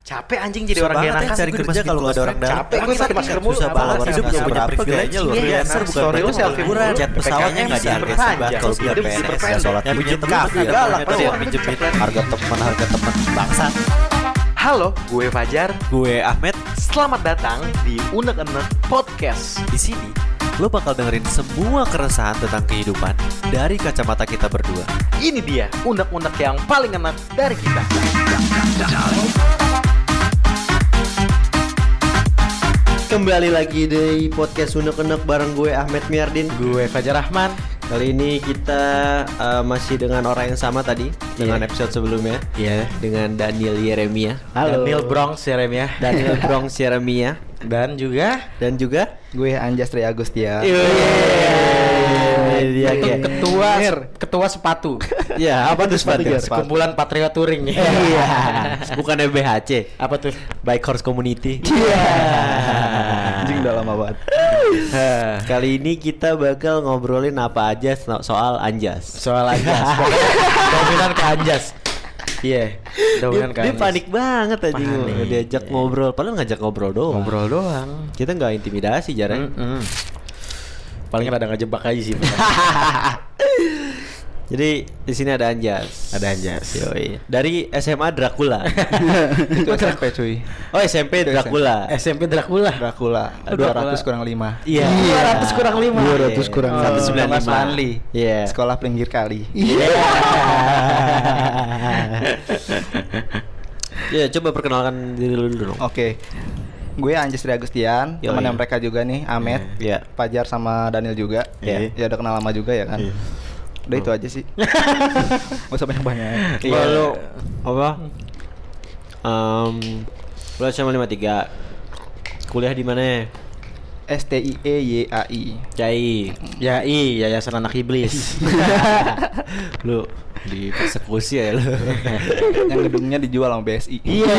Capek anjing jadi orang yang nakal cari kerja kalau nggak ada orang dalam. Capek gue pakai masker mulu. Susah banget hidup nggak punya privilege lu. Freelancer bukan Story lu selfie murah. Jet Pesawatnya nggak dihargai sebakal biar PNS nggak sholat pinjem kafe galak tuh pinjemin harga teman bangsa. Halo, gue Fajar. Gue Ahmed. Selamat datang di Unek-Enek Podcast. Di sini lo bakal dengerin semua keresahan tentang kehidupan dari kacamata kita berdua. Ini dia unek-unek yang paling enak dari kita. Kembali lagi di podcast Unek-Enek bareng gue Ahmed Miardin. Gue Fajar Rahman. Kali ini kita masih dengan orang yang sama tadi dengan episode sebelumnya. Iya. Dengan Daniel Yeremia. Daniel Bronx Yeremia. Daniel Bronx Yeremia. Dan juga gue Anjas Tri Agustia. Dia ketua sepatu. Ya, apa tuh sepatu? Sekumpulan Patriot Touring. Iya. Bukan BHC. Apa tuh? Bike Horse Community. Iya. Anjing udah lama banget. Kali ini kita bakal ngobrolin apa aja soal Anjas. Soal Anjas. Dominan ke Anjas. Iya. Dia panik banget tadi diajak ngobrol. Padahal ngajak ngobrol doang. Ngobrol doang. Kita nggak intimidasi jarang. Paling ada ngejebak aja sih. Jadi di sini ada Anjas. Ada Anjas. Yoi. Dari SMA Dracula. Itu SMP cuy. Oh SMP Dracula. SMP Dracula. 200 kurang 5. Iya. 200 kurang 5. 200 kurang 195. Manli. Iya. Sekolah pinggir kali. Iya, coba perkenalkan diri lu dulu dong. Oke. Gue Anjas Tri Agustian, temannya mereka juga nih, Ahmed, Fajar sama Daniel juga. Iya. Ya udah kenal lama juga ya kan. Udah itu aja sih. Gak usah banyak-banyak. Lu apa? Lu SMA 53. Kuliah di mana? STIEYAI. Yai, Yayasan Anak Iblis. lu di persekusi ya lu. Yang gedungnya dijual sama BSI. Iya.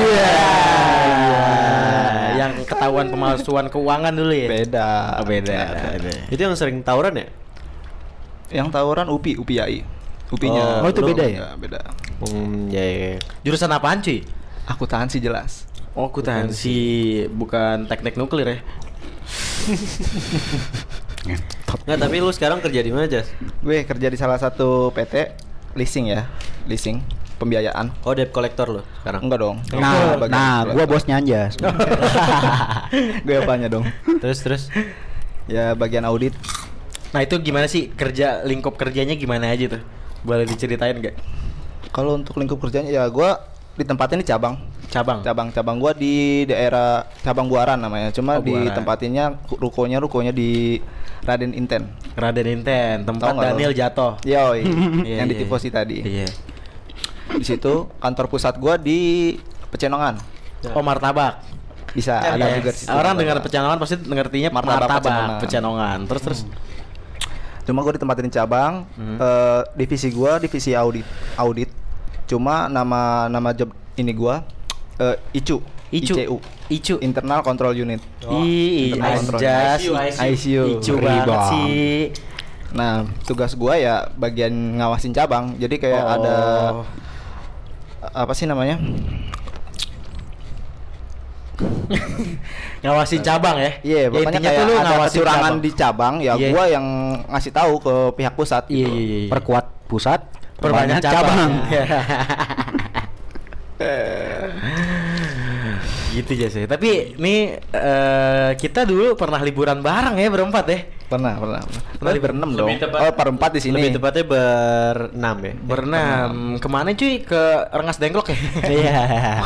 Yang ketahuan pemalsuan keuangan dulu ya. Beda. Beda. Itu yang sering tawuran ya? Yang tawuran UPI. UPI-nya. Oh, itu beda ya? Beda. Ya. Jurusan apaan cuy? Akuntansi jelas. Oh, akuntansi, bukan teknik nuklir ya. Nggak, tapi lu sekarang kerja di mana, Jas? Gue kerja di salah satu PT leasing pembiayaan. Oh, debt collector lu sekarang? Enggak dong. Gua bosnya Anjas. Gue apanya dong? Terus Ya bagian audit. Nah, itu gimana sih lingkup kerjanya gimana aja tuh? Boleh diceritain nggak? Kalau untuk lingkup kerjanya ya gue ditempatin di cabang gue di daerah Cabang Buaran namanya. Cuma ditempatinnya rukonya di Raden Inten, tempat Daniel jatuh. Yoi. Yang di tifosi tadi. Iya. Di situ kantor pusat gue di Pecenongan. Oh, Martabak. Bisa ada juga di situ. Orang dengar Pecenongan pasti ngertinya Martabak Pecenongan. Terus Cuma gue ditempatin di cabang. Divisi gue divisi audit. Cuma nama job ini gue ICU Internal Control Unit. ICU banget sih. Nah, tugas gue ya bagian ngawasin cabang. Jadi kayak ada apa sih namanya? Ngawasin cabang ya? Iya, pokoknya kayak lu ada ngawasin kecurangan di cabang ya. Gua yang ngasih tahu ke pihak pusat. Iya. Perkuat pusat, perbanyak cabang. Gitu aja sih. Tapi nih kita dulu pernah liburan bareng ya berempat ya. Pernah berenam dong. Berempat di sini. Lebih tepatnya berenam ya. Berenam. Kemana cuy? Ke Rengas Dengklok ya? Iya.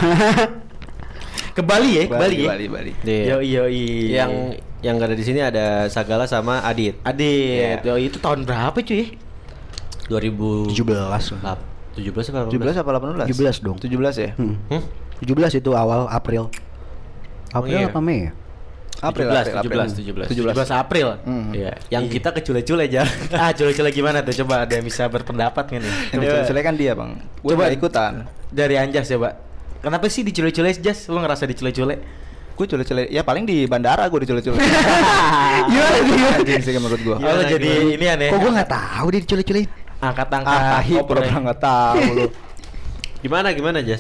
Ke Bali ya? Bali. Yoi. Yang ada di sini ada Sagala sama Adit. Yoi, itu tahun berapa cuy? 2017 17. 17 apa 17 apa 18? 17 dong. 17 ya? 17 itu awal April. April apa Mei ya? April. 17 April. Iya. Yang kita ke cule-cule aja. Cule-cule gimana tuh? Coba ada yang bisa berpendapat nggak nih? Yang cule kan dia, Bang. Gue Coba ikutan. Dari Anjas coba. Kenapa sih dicule-cule, Jas? Lu ngerasa dicule-cule? Gue cule-cule, ya paling di bandara gue dicule-cule. Gimana? Anjing sih menurut gue. Oh, jadi ini aneh. Kok gue nggak tahu dia dicule-culein? Angkat-angkat. Pura-pura nggak tahu lu. Gimana Jas?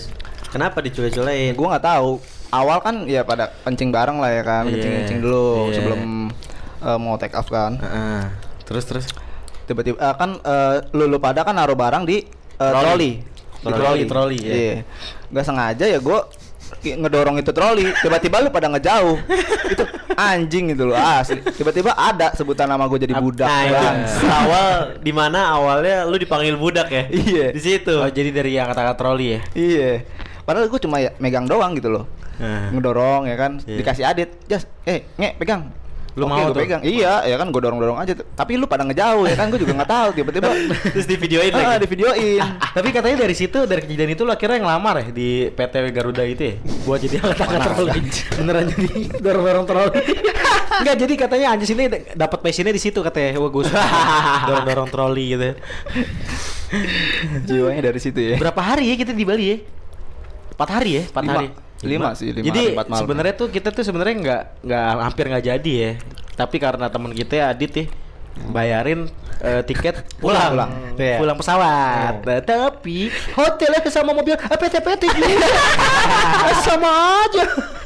Kenapa dicule-culein? Gue nggak tahu. Awal kan ya pada kencing bareng lah ya kan, kencing dulu sebelum mau take off kan. Terus Tiba-tiba kan lu pada kan naruh barang di troli. Troli. Iya. Gak sengaja ya gue ngedorong itu troli. Tiba-tiba lu pada ngejauh. Itu anjing gitu loh. Asli. Tiba-tiba ada sebutan nama gue jadi budak. Awal di mana awalnya lu dipanggil budak ya? Iya. Di situ. Oh, jadi dari yang kata troli ya? Iya. Padahal gue cuma ya megang doang gitu loh. Ngedorong ya kan, dikasih Adit, Jas, pegang. Lu Oke, mau gue pegang. Iya, ya kan gue dorong aja. Tapi lu pada ngejauh ya kan, gue juga nggak tahu. Tiba-tiba terus divideoin lagi. Divideoin. Tapi katanya dari kejadian itu lo akhirnya ngelamar ya di PT Garuda itu ya? Buat jadi angkat troli. Beneran jadi dorong troli. Enggak, jadi katanya Anjas ini dapat passionnya di situ katanya. Wah, gue suka dorong troli gitu. Jiwanya dari situ ya. Berapa hari ya kita di Bali ya? 4 hari ya? 4 hari. 5 sih, 5 Jadi hari 4 malam. sebenarnya tuh kita tuh sebenarnya hampir nggak jadi ya. Tapi karena teman kita Adit ya bayarin tiket pulang pesawat. Tapi hotelnya sama mobil PT sama aja.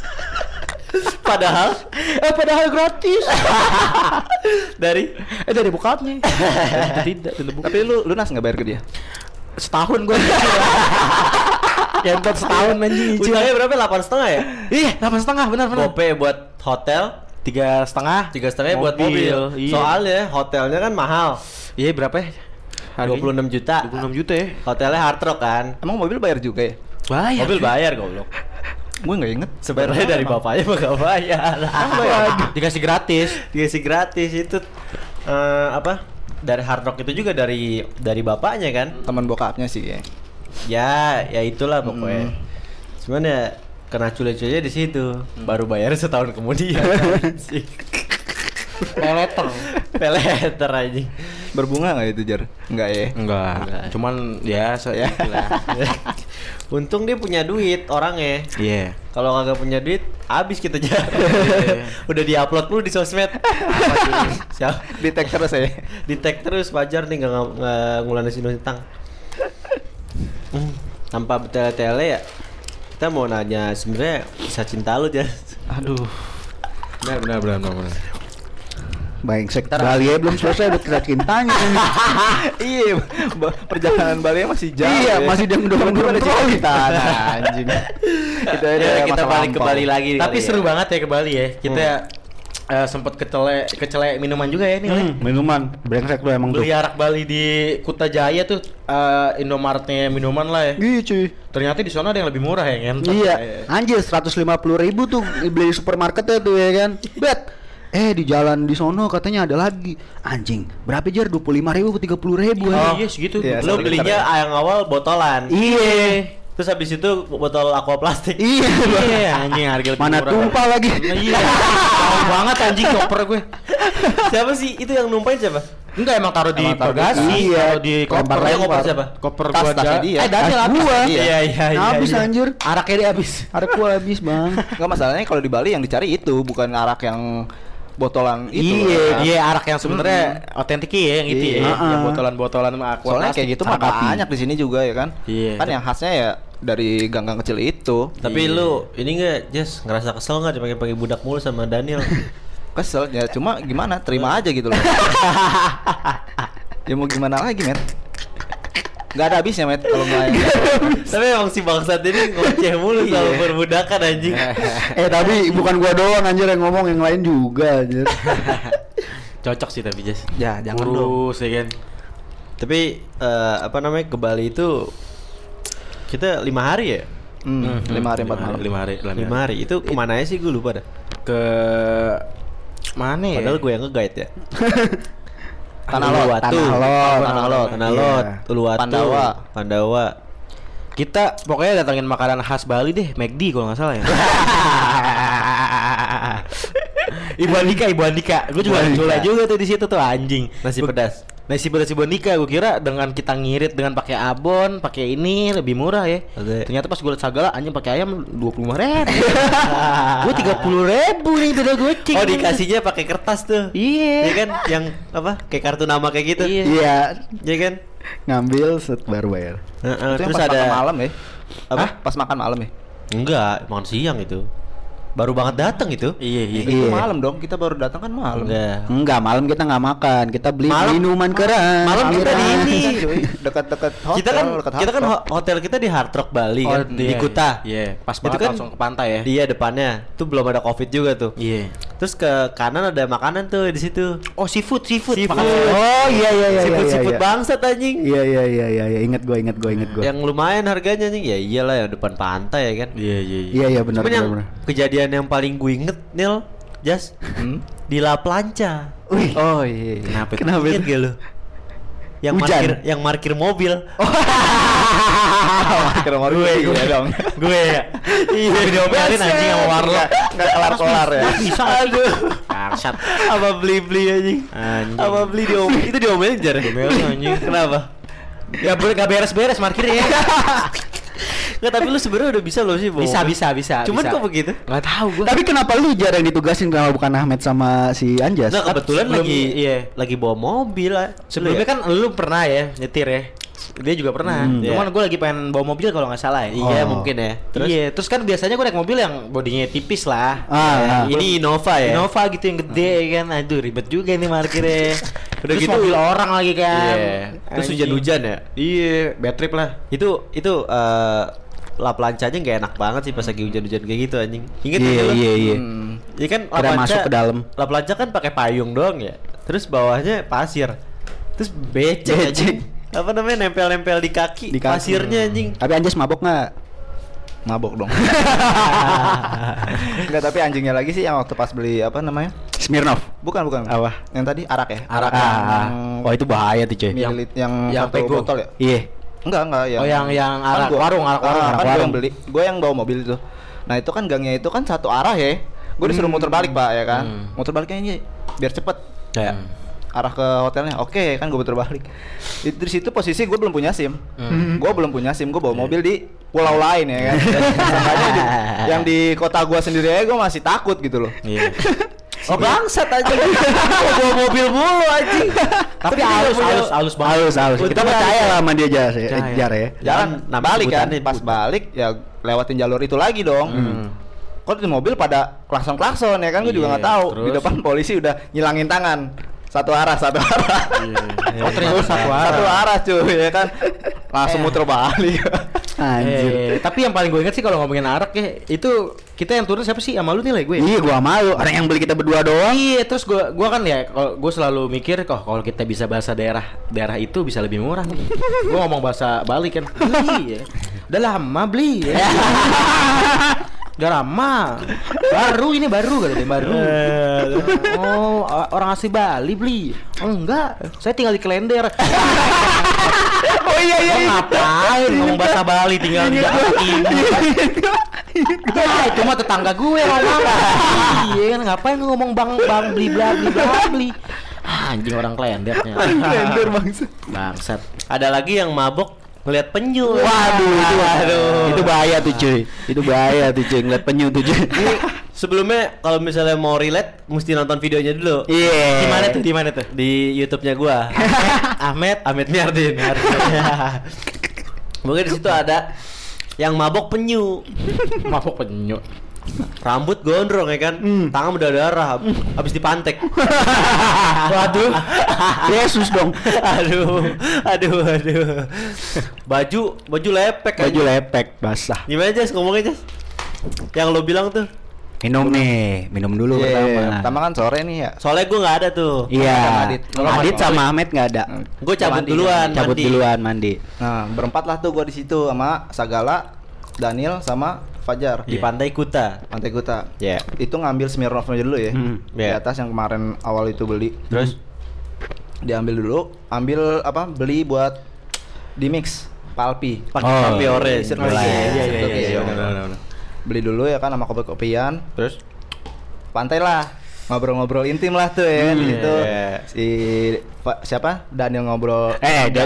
Padahal gratis. dari bokapnya. Tidak. Tapi lu lunas nggak bayar ke dia? Setahun gue. Kentot setahun anjing. Utangnya berapa? 8,5 ya? Iya, 8,5 benar. Gope buat hotel, 3,5 buat mobil. Iya. Soalnya hotelnya kan mahal. Iya, berapa ya? 26 juta. 26 juta ya. Hotelnya Hard Rock kan. Emang mobil bayar juga ya? Bayar. Mobil bayar goblok. Gue nggak inget. Sebenarnya dari bapaknya mah gak bayar. Dikasih gratis. Dikasih gratis itu dari Hard Rock itu juga dari bapaknya kan. Teman bokapnya sih ya. Ya itulah pokoknya. Cuman ya kena cule-cule di situ. Baru bayar setahun kemudian. Peleter aja. Berbunga nggak itu, Jar? Enggak ya? Enggak. Cuman ya Untung dia punya duit orangnya. Iya. Kalau kagak punya duit, habis kita Jar. Udah diupload mulu di sosmed. Siap. Di tag terus ya? Di tag terus Fajar nih nggak ngulanesin utang. Tanpa bertele-tele ya. Kita mau nanya sebenarnya kisah cinta lu Jar. Aduh. Benar. Brengsek, Bali belum selesai udah kisah cintanya. Iya, perjalanan Bali masih jauh. Iya, masih dia mendorong cerita. Anjing. Kita balik ke Bali lagi. Tapi seru banget ya ke Bali ya. Kita sempat kecele minuman juga ya nih. Minuman, brengsek lu emang tuh. Beli arak Bali di Kuta Jaya tuh, Indomaretnya minuman lah ya. Iya cuy. Ternyata di sana ada yang lebih murah ya kan? Iya, anjir 150.000 tuh beli di supermarketnya tuh ya kan. Bet. Di jalan di sono katanya ada lagi. Anjing, berapa Jar? 25.000 atau 30.000 Oh, iya segitu. Iya, Lo belinya yang awal botolan. Iya. Terus habis itu botol aqua plastik. Iya, anjing harga lebih Mana murah. tumpah lagi. Iya. Tahu banget anjing koper gue. Siapa sih itu yang numpain siapa? Enggak, emang taruh di bagasi, Iya, taruh di lempar koper. Koper siapa? Koper Tas- gua tasnya dia. Daniel Tas habis. gua. Iya. Habis anjir. Araknya dia habis. Arak gua habis, Bang. Enggak, masalahnya kalau di Bali yang dicari itu bukan arak yang botolan itu. Iya, arak yang sebenarnya otentik ya yang itu ya. Iya. Yang botolan-botolan sama aqua Soalnya plastik. kayak gitu mah banyak di sini juga ya kan. Iya. Kan yang khasnya ya dari gang-gang kecil itu. Tapi lu ini enggak Jas ngerasa kesel enggak dipanggil budak mulu sama Daniel? Kesel ya, cuma gimana? Terima aja gitu loh. Ya mau gimana lagi, Met? Gak ada habisnya, Met, kalau main. Tapi emang si bangsat ini ngoceh mulu sama perbudakan anjing. Tapi bukan gua doang anjir yang ngomong, yang lain juga anjir. Cocok sih tapi Jas. Ya, jangan dong. Urus ya kan. Tapi ke Bali itu kita 5 hari ya? 5 hari 4 malam. 5 hari. 5 hari. Itu kemana aja sih gue lupa dah. Ke mana ya? Padahal gue yang nge-guide ya. Tanah Lot. Uluwatu, Pandawa. Kita pokoknya datangin makanan khas Bali deh, McD kalau nggak salah ya. Ibu Andika. Gue juga culek juga tuh di situ tuh anjing. Nasi pedas. Nasi pedas Ibu Andika, gue kira dengan kita ngirit dengan pakai abon, pakai ini lebih murah ya. Oke. Ternyata pas gue liat segala anjing pakai ayam 25.000. Gue 30.000 nih beda goceng. Oh, dikasihnya pakai kertas tuh. Iya. Iya kan yang apa? Kayak kartu nama kayak gitu. Iya. Iya, Iya kan? ngambil set baru bayar. Itu Terus yang pas ada makan malam ya. Apa? Pas makan malam ya? Enggak, makan siang itu. Baru banget datang itu. Iya. Itu malam dong, kita baru datang kan malam. Enggak, malam kita nggak makan. Kita beli Malam- minuman keras. Malam kita di ini. Dekat-dekat hotel. Kita kan hotel kita di Hard Rock Bali kan, di Kuta. Iya, pas Itu banget kan langsung ke pantai ya. Iya, depannya. Itu belum ada Covid juga tuh. Iya. Terus ke kanan ada makanan tuh di situ. Oh, seafood. Seafood. Oh iya. Seafood bangsat anjing. Iya. Ingat gue. Yang lumayan harganya anjing. Ya iyalah yang depan pantai ya kan. Iya benar. Cuman yang kejadian yang paling gue inget Nil, Jas, di La Plancha. Wih. Oh iya. Kenapa Ingat itu? gak lu? Yang parkir mobil. Gue ya dong. Gue ya. Iya, diomelin anjing sama Warlock. Enggak kelar-kelar ya. Bisa. Aduh. Bangsat. Apa beli anjing? Apa beli diomelin? Itu diomelin jar. Diomelin anjing. Kenapa? Ya boleh gak beres-beres parkirnya. Nggak, tapi lu sebenarnya udah bisa loh sih bawa Bisa. Cuman kok begitu? Nggak tahu gua. Tapi kenapa lu jarang ditugasin kalau bukan Ahmed sama si Anjas? Nah kebetulan Sebelum- lagi bawa mobil lah. Sebelumnya kan lu pernah ya nyetir ya. Dia juga pernah. Cuman gue lagi pengen bawa mobil kalau nggak salah ya. Iya mungkin ya. Terus kan biasanya gue naik mobil yang bodinya tipis lah. Ini Innova ya. Innova gitu yang gede kan. Aduh ribet juga nih parkirnya. Udah Terus gitu mobil orang lagi kan. Iya. Terus Anjing. hujan-hujan ya. Iya, bad trip lah. Itu La Plancha-nya nggak enak banget sih pas lagi hujan-hujan kayak gitu anjing. Ingat nggak lu? Iya. Iya kan La Kira Plancha masuk ke dalam. La Plancha kan pakai payung doang ya. Terus bawahnya pasir. Terus becek anjing. Apa namanya nempel-nempel di kaki, pasirnya anjing. Tapi Anjas mabok nggak? Mabok dong. Enggak, tapi anjingnya lagi sih yang waktu pas beli apa namanya? Smirnov. Bukan. Apa? Yang tadi arak ya? Arak. Oh itu bahaya tuh cuy. Yang satu pego. botol ya? Iya. Enggak ya. Oh yang arak warung. Kan gue yang beli. Gue yang bawa mobil itu. Nah itu kan gangnya itu kan satu arah ya. Gue disuruh muter balik pak ya kan. Muter baliknya ini biar cepet. Ya. Arah ke hotelnya. Oke kan gue muter balik. Di situ posisi gue belum punya SIM. Gue belum punya SIM. Gue bawa mobil di pulau lain ya kan. Makanya yang di kota gue sendiri aja gue masih takut gitu loh. Iya. Oh bangsat aja. Bawa mobil mulu anjing. Tapi halus banget. Halus. Kita percaya lah sama dia Jar ya. Jar ya. Jalan balik kan. sebutannya Pas balik ya lewatin jalur itu lagi dong. Kok di mobil pada klakson ya kan gue juga nggak tahu. Di depan polisi udah nyilangin tangan. Satu arah. Oh ternyata Satu arah cuy ya kan. Langsung muter balik. Anjir. Tapi yang paling gue inget sih kalau ngomongin arak ya, itu kita yang turun siapa sih? Sama lu nih gue. Iya gua malu. Orang yang beli kita berdua doang. Iya, terus gua kan ya kalau gue selalu mikir kok kalau kita bisa bahasa daerah itu bisa lebih murah nih. Gua ngomong bahasa Bali kan. Beli ya. Udah lama beli ya. Udah lama. Ini baru kan baru. Oh, orang asli Bali beli. Enggak, saya tinggal di Klender. Oh iya. Ngapain ngomong bahasa Bali tinggal di Jakarta Timur? Nah, itu mah tetangga gue ngomong. Iya kan ngapain lu ngomong bang beli. Anjing orang Klendernya. Klender Bangsat. Ada lagi yang mabok ngeliat penyu. Waduh. Itu bahaya tuh cuy. Ngeliat penyu tuh cuy. Sebelumnya kalau misalnya mau relate mesti nonton videonya dulu. Iya. Di mana tuh? Di YouTube-nya gua. Ahmed Miardin. Mungkin di situ ada yang mabok penyu. Rambut gondrong ya kan, tangan berdarah, habis dipantek. Waduh. Yesus dong. Aduh. Baju lepek kan. Baju lepek basah. Gimana Jas ngomongnya Jas? Yang lo bilang tuh. Minum dulu pertama. Pertama kan sore nih ya. Soalnya gue nggak ada tuh. Iya. Adit sama Ahmed nggak ada. Gue cabut duluan mandi. Nah berempat lah tuh gue di situ sama Sagala, Daniel sama Fajar di Pantai Kuta. Ya. Itu ngambil Smirnoff aja dulu ya. Di atas yang kemarin awal itu beli. Terus diambil dulu, beli buat di mix Palpi. Pakai Palpi orange. Iya. Beli dulu ya kan sama kopi-kopian. Terus pantai lah. Ngobrol-ngobrol intim lah tuh ya di situ. Si siapa? Daniel ngobrol. Dia.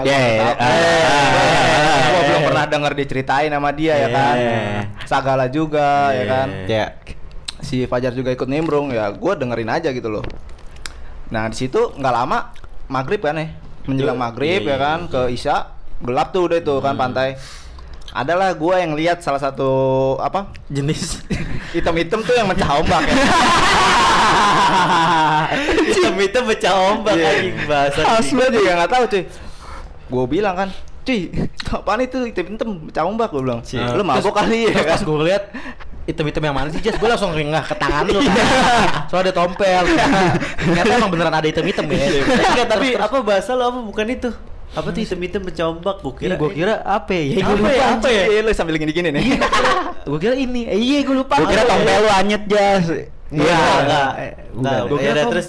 Gua belum pernah denger diceritain sama dia ya kan. Sagala juga ya kan. Si Fajar juga ikut nimbrung ya. Gua dengerin aja gitu loh. Nah, di situ nggak lama maghrib kan ya. Menjelang maghrib ya kan ke Isya gelap tuh udah itu kan pantai. Adalah gua yang lihat salah satu apa Jenis hitam-hitam tuh yang mecah ombak ya. Hitam-hitam pecah ombak anjing bahasa. Gua juga nggak tahu cuy. Gua bilang kan, cuy, apaan itu hitam-hitam mecah ombak? Gua bilang, lu mabok kali ya Terus pas kan? gue lihat item-item yang mana sih Jas? Gue langsung ringah ke tangan lu kan. Soalnya ada tompel. Ternyata emang beneran ada item-item ya. Enggak, tapi apa bahasa lo apa bukan itu? Apa tuh hitam-hitam pecah ombak? Gue kira apa ya? apa ya? Iya, lu sambil gini-gini nih. Gue kira ini. Iya, gue lupa. Gua kira tompel lu anyet Jas. Enggak. Gua kira Terus.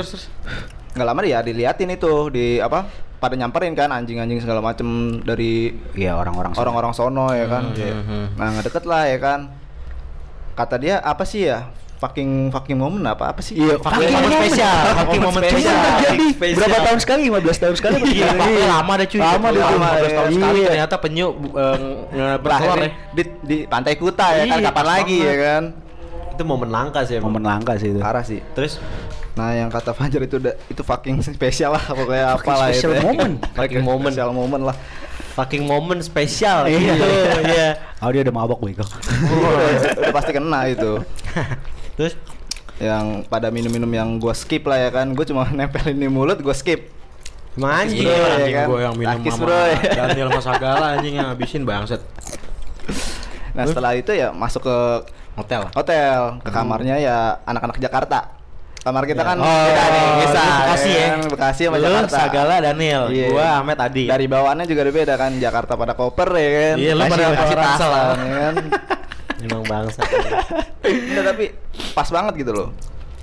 Nggak lama ya diliatin itu di apa? Pada nyamperin kan anjing-anjing segala macem dari Iya, orang-orang sono ya kan. Nah, ngedeket lah ya kan. Kata dia apa sih ya? Fucking moment apa sih? Iya, Fucking momen spesial. Fucking momen Ini spesial. terjadi berapa tahun sekali? 15 tahun sekali. Iya, lama deh cuy. Lama deh, 15 tahun sekali Iya. ternyata penyu bertelur ya. Di Pantai Kuta ya kan, Iya, kapan pas lagi ya kan? Itu momen langka sih emang. Momen langka sih itu. Parah sih. Terus Nah, yang kata Fajar itu fucking spesial lah pokoknya Fucking apalah special itu. Ya. moment. Fucking moment. Special moment lah. fucking momen spesial Iya. gitu. Iya. Oh, dia udah mabok bego. Udah pasti kena itu. Terus Yang pada minum-minum yang gua skip lah ya kan. Gua cuma nempelin di mulut, gua skip. emang anjing. Iya, ya anjing kan? gue yang minum Takis, sama bro. Daniel sama Sagala anjing yang ngabisin bangset. Nah, setelah itu ya masuk ke Hotel. ke kamarnya ya anak-anak Jakarta. Kamar kita kan Oh, beda nih, bisa Bekasi ya. kan? Bekasi sama Lu, Jakarta. Sagala, Daniel, Iya. gua Ahmed Adi. Dari bawaannya juga udah beda kan, Jakarta pada koper ya kan. Iya, lu pada Bekasi kasih tas tas lah. ya kan. Emang bangsa. Enggak, tapi pas banget gitu loh.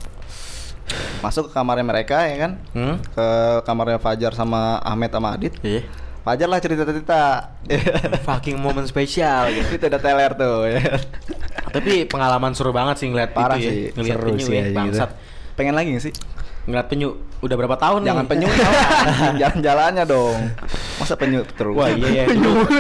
Masuk ke kamarnya mereka ya kan. Ke kamarnya Fajar sama Ahmed sama Adit. Iya. Fajar lah cerita-cerita. Fucking momen spesial gitu. Itu udah teler tuh ya. Tapi pengalaman seru banget sih ngeliat Parah itu ya. sih, Ngeliat seru penyu sih ya, aja gitu. bangsat. Pengen lagi gak sih? Ngeliat penyu udah berapa tahun nih? Jangan penyu, jalan-jalannya dong. Masa penyu terus? Wah iya ya.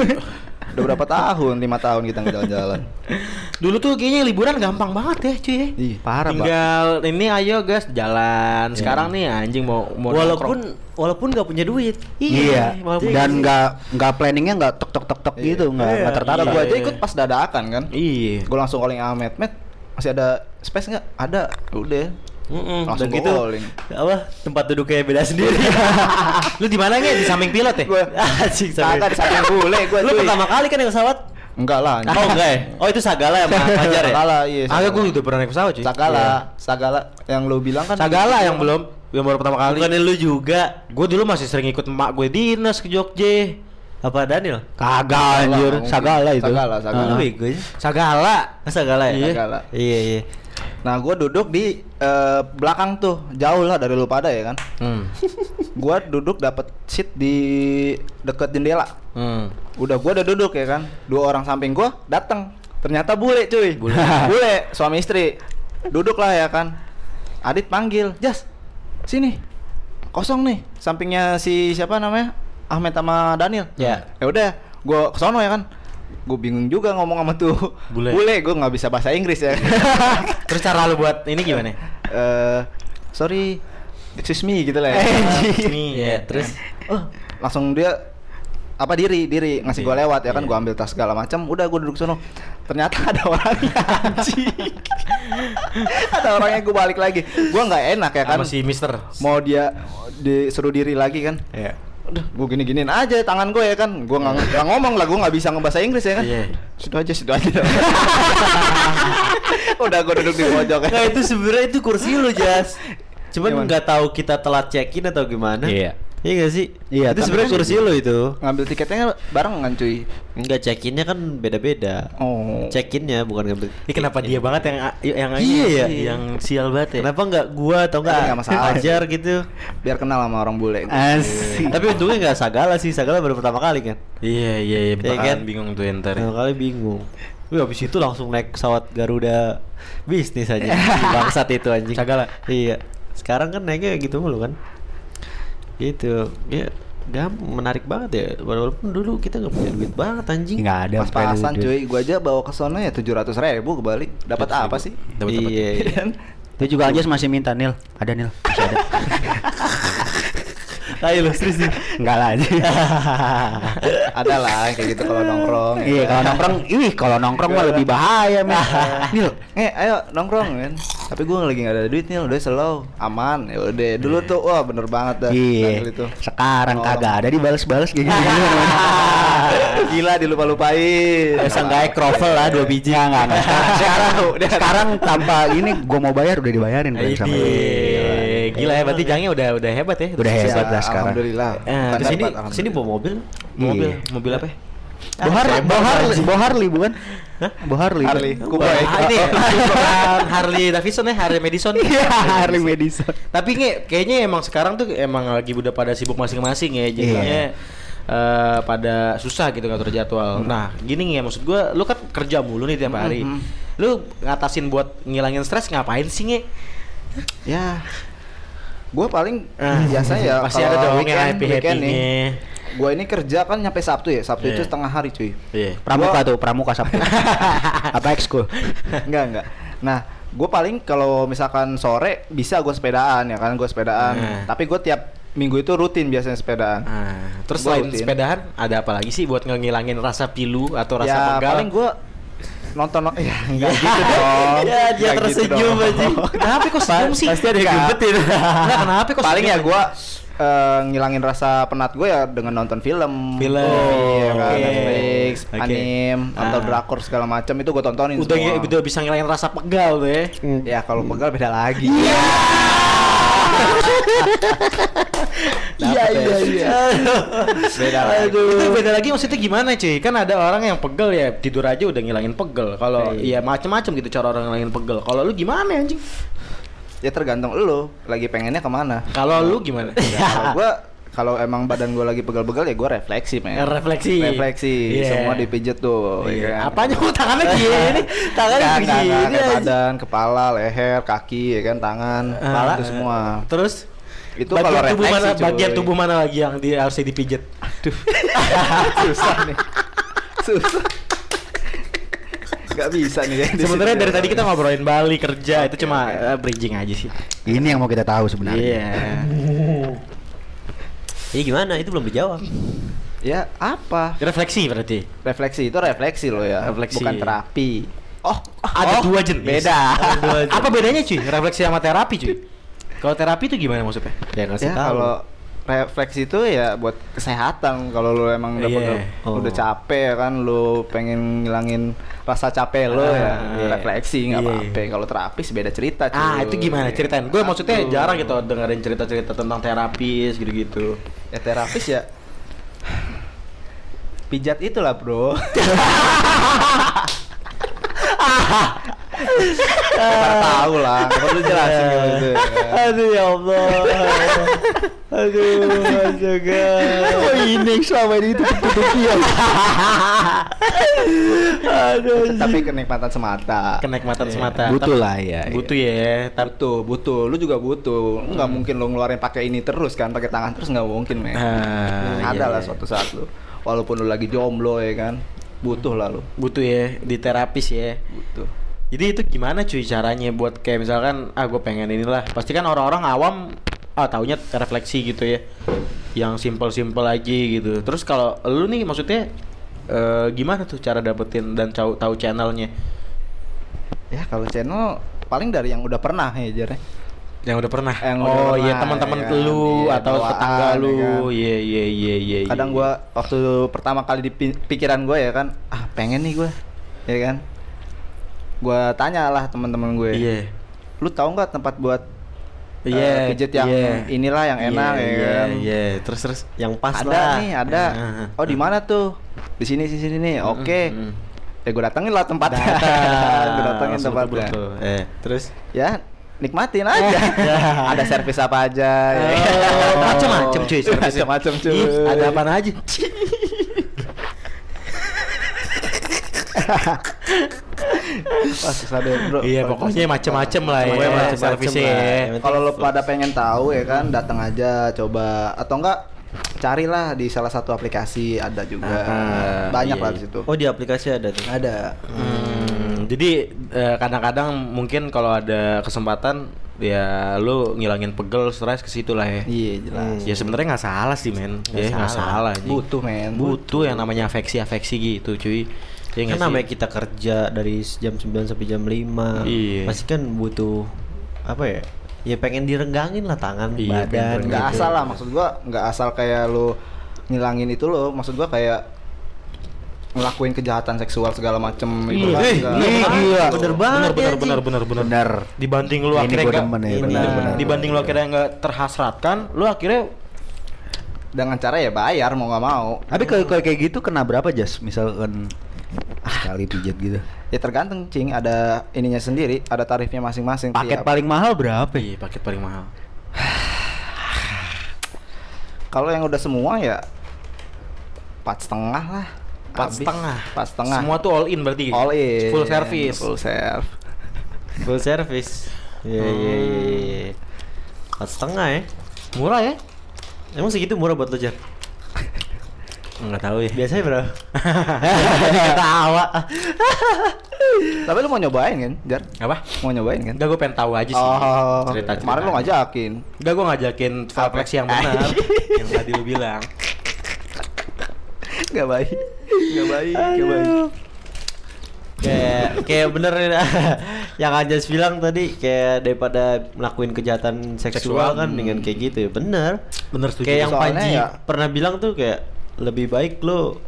Udah berapa tahun? 5 tahun kita ngejalan-jalan. Dulu tuh kayaknya liburan gampang banget ya cuy ya. Ih, parah, Bang. Tinggal ini ayo guys jalan. Sekarang nih anjing mau Walaupun nggak punya duit. Iya. walaupun Dan nggak planningnya nggak tok gitu, nggak tertata. Gue aja ikut pas dadakan kan. Iya. Gue langsung calling Ahmed, masih ada space nggak? Ada. Udah. Langsung Dan gitu. Calling. Apa tempat duduknya beda sendiri. Lu di mana nggak? Di samping pilot ya? Gue Anjing kagak di samping bule gue. Lu pertama kali kan naik pesawat? Enggak lah. Oh enggak ya? Oh itu Sagala ya sama Fajar ya? Sagala, iya. Agak gue udah pernah naik pesawat cuy. Sagala yang lu bilang kan. Sagala yang belum, yang baru pertama kali. Bukannya lu juga? Gue dulu masih sering ikut emak gue dinas ke Jogja. Apa Daniel? Kagak anjir, Sagala itu. Sagala. Lu bego ya? Sagala. Sagala ya? Iya. Sagala. Iya. Nah, gue duduk di belakang tuh, jauh lah dari lu pada ya kan. Gua duduk dapat seat di deket jendela. Udah duduk ya kan. 2 orang samping gua datang. Ternyata bule cuy. Bule suami istri. Duduk lah ya kan. Adit panggil, "Jas, sini. Kosong nih." Sampingnya si siapa namanya? Ahmed sama Daniel. Ya. Ya udah, gua kesono ya kan. Gue bingung juga ngomong sama tuh Bule. gue nggak bisa bahasa Inggris ya. Terus cara lu buat ini gimana? Sorry, excuse me gitu lah ya. Nih, Iya, terus Langsung dia diri ngasih gue lewat ya kan, Iya. gue ambil tas segala macam, udah gue duduk sono. Ternyata ada orangnya anjing. Ada orangnya, gue balik lagi. Gue nggak enak ya kan. sama si Mister. Mau dia disuruh diri lagi kan. Iya. Udah, gue gini-giniin aja tangan gue ya kan. Gue nggak ngomong lah, gue nggak bisa ngebahasa Inggris ya kan. Iya. Situ aja. Udah gue duduk di pojok ya. Nah itu sebenarnya itu kursi lu Jas. Cuman Gimana? nggak tahu kita telat check in atau gimana. Iya. Iya gak sih? Iya, Itu tapi sebenarnya kursi lu itu. Ngambil tiketnya barengan cuy. Enggak check innya kan beda-beda. Oh. Check innya bukan ngambil. Ini kenapa dia banget yang Iya, ya? yang sial banget ya? Kenapa nggak gua atau Nggak enggak masalah. Fajar gitu? Biar kenal sama orang bule. Asik. Tapi untungnya nggak Sagala sih. Sagala baru pertama kali kan. Iya, Iya bakalan kan? bingung tuh ntar. Pertama kali bingung. Wih habis itu langsung naik pesawat Garuda bisnis aja. Bangsat itu anjing. Sagala. Iya. Sekarang kan naiknya gitu mulu kan. Gitu. Ya menarik banget ya. Walaupun dulu kita nggak punya duit banget anjing. Nggak ada. Pas-pasan duit. cuy, gua aja bawa ke sono ya 700.000 kebalik. Dapat apa sih? Dapat apa? Iya. Kan? Dia juga aja masih minta Nil. Ada Nil. Masih ada. Ayo lu serius nih. Enggak lah aja. Ada lah kayak gitu kalau nongkrong. Iya, kalau nongkrong mah lebih bahaya, men. Nil, Ayo nongkrong kan. Tapi gue lagi nggak ada duit nih, udah slow, aman. Ya udah, dulu tuh wah bener banget dah. iya. Itu. Sekarang kagak ada dibales-bales kayak gini. Gila dilupa-lupain. Seenggaknya krovel lah 2 biji. Enggak. Sekarang tanpa ini gua mau bayar udah dibayarin Bang, sama lu. Gila ya, berarti Jangnya udah hebat ya. Udah hebat lah sekarang. Alhamdulillah. Kesini bawa mobil. Mobil apa? Boharli bukan? Hah? Boharli. Harley. Kuboy. Ini bukan Harley Davidson ya, Harley Madison. Iya, Harley Madison. Tapi kayaknya emang sekarang tuh emang lagi udah pada sibuk masing-masing ya, jadinya pada susah gitu ngatur jadwal. Nah, gini nih maksud gua, lu kan kerja mulu nih tiap hari. Lu ngatasin buat ngilangin stres ngapain sih nge? Ya. Gua paling biasa ya pasti ada dong yang weekend nih. happy-nya. Gua ini kerja kan nyampe Sabtu ya. Sabtu itu setengah hari, cuy. Iya. Pramuka Sabtu. Apa ekskul? Enggak. Nah, gue paling kalau misalkan sore bisa gue sepedaan ya kan, gue sepedaan. Tapi gue tiap minggu itu rutin biasanya sepedaan. Terus Gua selain rutin. sepedahan ada apa lagi sih buat ngilangin rasa pilu atau rasa Ya pegal? paling gue nonton ya enggak gitu dong. Ya dia Nggak gitu tersenyum dong. aja. Kenapa kok senyum sih? Pasti ada yang Nggak. gebetin. Enggak, kenapa kok Paling senyum? ya gue ngilangin rasa penat gue ya dengan nonton film. Film. Iya kan, Oke. Netflix, Oke. anime, atau drakor segala macam itu gue tontonin udah semua. udah bisa ngilangin rasa pegal tuh ya. Ya kalau pegal beda lagi. Iya. Beda lagi. Itu beda lagi maksudnya gimana cuy? Kan ada orang yang pegel ya tidur aja udah ngilangin pegel. Kalau iya macem-macem gitu cara orang ngilangin pegel. Kalau lu gimana anjing? Ya tergantung lu lagi pengennya kemana. Kalau lu gimana? Kalau gue kalau emang badan gue lagi pegel-pegel ya gue refleksi, men. Refleksi. Refleksi. Semua dipijet tuh. Iya. Ya kan? Apanya kok tangannya gini? Tangannya Enggak, begini kayak aja. badan, kepala, leher, kaki, ya kan, tangan, kepala itu semua. Terus Itu kalau bagian tubuh refleksi, mana cuy. bagian tubuh mana lagi yang harusnya dipijet? Susah nih. Susah. Gak bisa nih ya. Sebenarnya dari tadi kita ngobrolin Bali kerja itu cuma bridging aja sih. Ini yang mau kita tahu sebenarnya. Iya. Iya gimana? Itu belum dijawab. Ya apa? Refleksi berarti. Refleksi itu refleksi loh ya. Refleksi. Bukan terapi. Ada dua jenis. Beda. Apa bedanya cuy? Refleksi sama terapi cuy? Kalau terapi itu gimana maksudnya? Ya ngasih Ya tahu. kalau refleksi itu ya buat kesehatan. Kalau lu emang udah Iya. udah capek ya kan, lu pengen ngilangin rasa capek lu ya, Iya. refleksi nggak Iya. apa-apa. Kalau terapis beda cerita. Itu gimana? Cuy. Ceritain. Gue maksudnya jarang gitu dengerin cerita-cerita tentang terapis gitu-gitu. Ya terapis ya pijat itulah, bro. Tahu lah, perlu jelasin gitu. Aduh ya Allah. Aduh, astaga. Oh ini selama ini itu tutup-tutupi ya. Aduh. Tapi kenikmatan semata. Kenikmatan semata. Butuh lah ya. Butuh ya. Butuh. Lu juga butuh. Nggak mungkin lu ngeluarin pakai ini terus kan, pakai tangan terus nggak mungkin, men. Ada lah suatu saat lu. Walaupun lu lagi jomblo ya kan, butuh lah lu. Butuh ya di terapis ya. Butuh. Jadi itu gimana cuy caranya buat kayak misalkan gue pengen inilah. Pasti kan orang-orang awam taunya refleksi gitu ya. Yang simpel-simpel aja gitu. Terus kalau lu nih maksudnya gimana tuh cara dapetin dan tahu channelnya? Ya kalau channel paling dari yang udah pernah ya Jar. Yang udah pernah. Yang udah Oh iya pernah, teman-teman ya kan? lu Iya, atau bawaan, tetangga lu. ya kan? Iya. Kadang gua waktu pertama kali di pikiran gua ya kan, pengen nih gua. Ya kan? Gua tanya lah teman-teman gue. Iya. Lu tahu nggak tempat buat Iya. pijet yang inilah yang enak ya kan? Iya. Terus Yang pas Ada lah. nih, ada. Oh, di mana tuh? Di sini nih. Oke. Ya gue datengin lah tempatnya. Gue datengin tempatnya. Terus Ya, nikmatin aja. Ada servis apa aja. macam-macam cuy. Macam-macam cuy. Ih, ada apa aja? Wah, susah deh, bro. Iya, pokoknya macam-macam lah ya. Pokoknya macem-macem servisnya lah. ya. Yang penting Kalau lo pada pengen tahu ya kan, datang aja coba atau enggak carilah di salah satu aplikasi ada juga. Banyak iya, lah iya. di situ. Oh di aplikasi ada tuh. Ada. Jadi kadang-kadang mungkin kalau ada kesempatan Ya lu ngilangin pegel, stres ke situ lah ya. Iya jelas. Ya sebenarnya nggak salah sih men. Ya nggak salah. anjing. Butuh men. Butuh yang namanya afeksi gitu cuy. Ya Kan nggak sih? namanya kita kerja dari jam 9 sampai jam 5. Iya. Pasti kan butuh apa ya? Ya pengen direnggangin lah tangan, Iya, badan. pengen Nggak gitu. asal lah, maksud gua nggak asal kayak lu ngilangin itu lo, maksud gua kayak ngelakuin kejahatan seksual segala macem itu kan enggak. Gila. Bener banget. Bener. Dibanding lu Ini akhirnya gua nggak, demen ya, bener. dibanding lu akhirnya nggak terhasratkan, lu akhirnya Dengan cara ya bayar mau nggak mau. Tapi kalau kayak gitu kena berapa Jas? Misalkan sekali pijat gitu. Ya tergantung cing, ada ininya sendiri, ada tarifnya masing-masing. Paket tiap. paling mahal berapa? iya paket paling mahal. Kalau yang udah semua ya 4,5 lah. 4,5. 4,5. Semua tuh all in berarti. all in. Full service. Full serve. Full service. Iya. 4,5 ya. Murah ya? Emang segitu murah buat lo, Jar? Enggak tahu ya. Biasanya berapa? Ketawa. Tapi lu mau nyobain kan, Jar? Apa? Mau nyobain kan? Enggak, gue pengen tahu aja sih. Oh, cerita-cerita. kemarin lu ngajakin. Enggak, gue ngajakin flex yang benar. Yang tadi lu bilang. Gak baik. Gak baik. Gak baik. kayak bener yang Anjas bilang tadi, kayak daripada ngelakuin kejahatan seksual kan dengan kayak gitu ya. Bener Bener, setuju. kayak yang Soalnya Panji ya- pernah bilang tuh, kayak lebih baik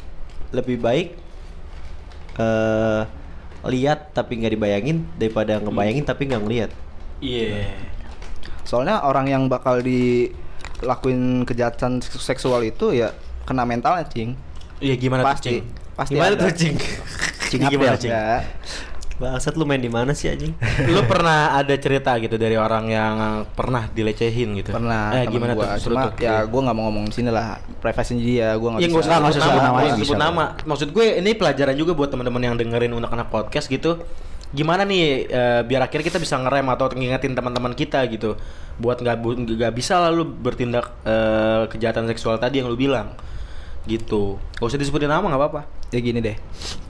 lihat tapi nggak dibayangin daripada ngebayangin tapi nggak ngelihat. Iya. Soalnya orang yang bakal dilakuin kejahatan seksual itu ya kena mentalnya, cing. Iya, gimana tuh, Pasti. Cing? Pasti Gimana ada. tuh, Cing? Cing Gimana, Abdel. Cing? Ya. Bangsat, lu main di mana sih anjing? Lu pernah ada cerita gitu dari orang yang pernah dilecehin gitu? Pernah. temen Gimana gua. tuh? Cuma ya gue nggak mau ngomong di sini lah, privasi dia, gue nggak Ya bisa. nggak usah sebut nama, nggak nggak usah sebut bisa. nama. Maksud gue ini pelajaran juga buat teman-teman yang dengerin anak-anak podcast gitu. Gimana nih biar akhirnya kita bisa ngerem atau ngingetin teman-teman kita gitu, buat nggak bisa lah lu bertindak kejahatan seksual tadi yang lu bilang gitu. Gak usah disebutin nama, nggak apa-apa. Ya gini deh.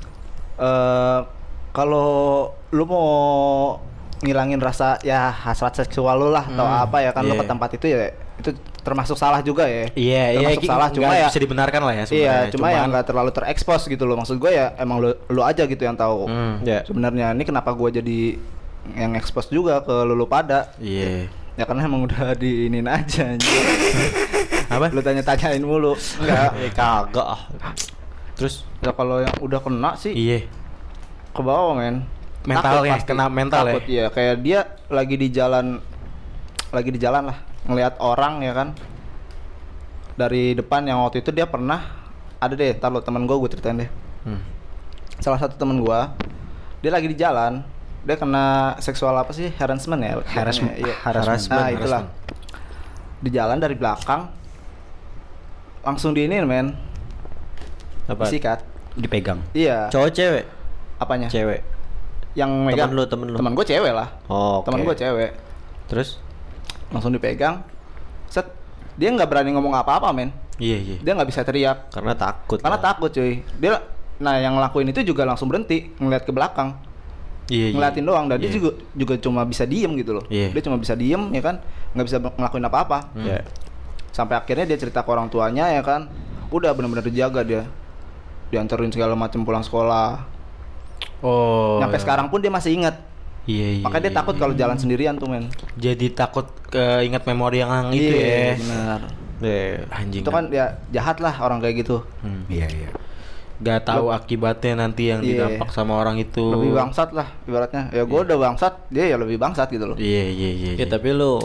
Kalau lu mau ngilangin rasa ya hasrat seksual lu lah atau apa ya kan, lu iya. ke tempat itu ya itu termasuk salah juga ya. Iya, termasuk salah, cuma ya bisa dibenarkan lah ya iya, sebenarnya. cuma ya nggak terlalu terekspos gitu loh. Maksud gue ya emang lu aja gitu yang tahu. Ya. Sebenarnya ini kenapa gue jadi yang ekspos juga ke lu pada. Iya. Ya karena emang udah diinin aja anjir. Apa? Lu tanya-tanyain mulu. Enggak. Kagak ah. Terus Ya kalau yang udah kena sih Iya. ke bawah men. Mental Takut ya, pasti. kena mental ya? Takut, iya, kayak dia lagi di jalan lah, ngelihat orang ya kan dari depan. Yang waktu itu dia pernah ada deh, ntar lo temen gue ceritain deh. Salah satu temen gue, dia lagi di jalan, dia kena seksual apa sih, harassment ya? Harassment. Iya. Harassment. Nah itulah, di jalan dari belakang langsung diinin men, apa? disikat. Dipegang. Iya. Cowok cewek? Apanya? Cewek. Yang megang. Temen lu. Temen gue cewek lah. Oh, oke. Temen gue cewek. Terus Langsung dipegang. Set. Dia nggak berani ngomong apa-apa men. Iya. Dia nggak bisa teriak karena takut. karena lah. takut cuy. Dia, nah yang ngelakuin itu juga langsung berhenti ngeliat ke belakang, Iya. ngeliatin doang. Dan dia Iya. juga cuma bisa diem gitu loh. Iya. Dia cuma bisa diem ya kan, nggak bisa ngelakuin apa-apa. Ya. Sampai akhirnya dia cerita ke orang tuanya ya kan, udah benar-benar dijaga dia, dianterin segala macam pulang sekolah. Oh. Nyampe sekarang pun dia masih ingat. Iya. Makanya dia takut kalau jalan sendirian tuh men. Jadi takut ingat memori yang itu ya. Benar. Anjing. Itu kan ya jahat lah orang kayak gitu. Iya, iya. Gak tahu akibatnya nanti yang Iya. didampak sama orang itu. Lebih bangsat lah ibaratnya. Ya gue udah bangsat, dia ya lebih bangsat gitu loh. Iya. Ya tapi lu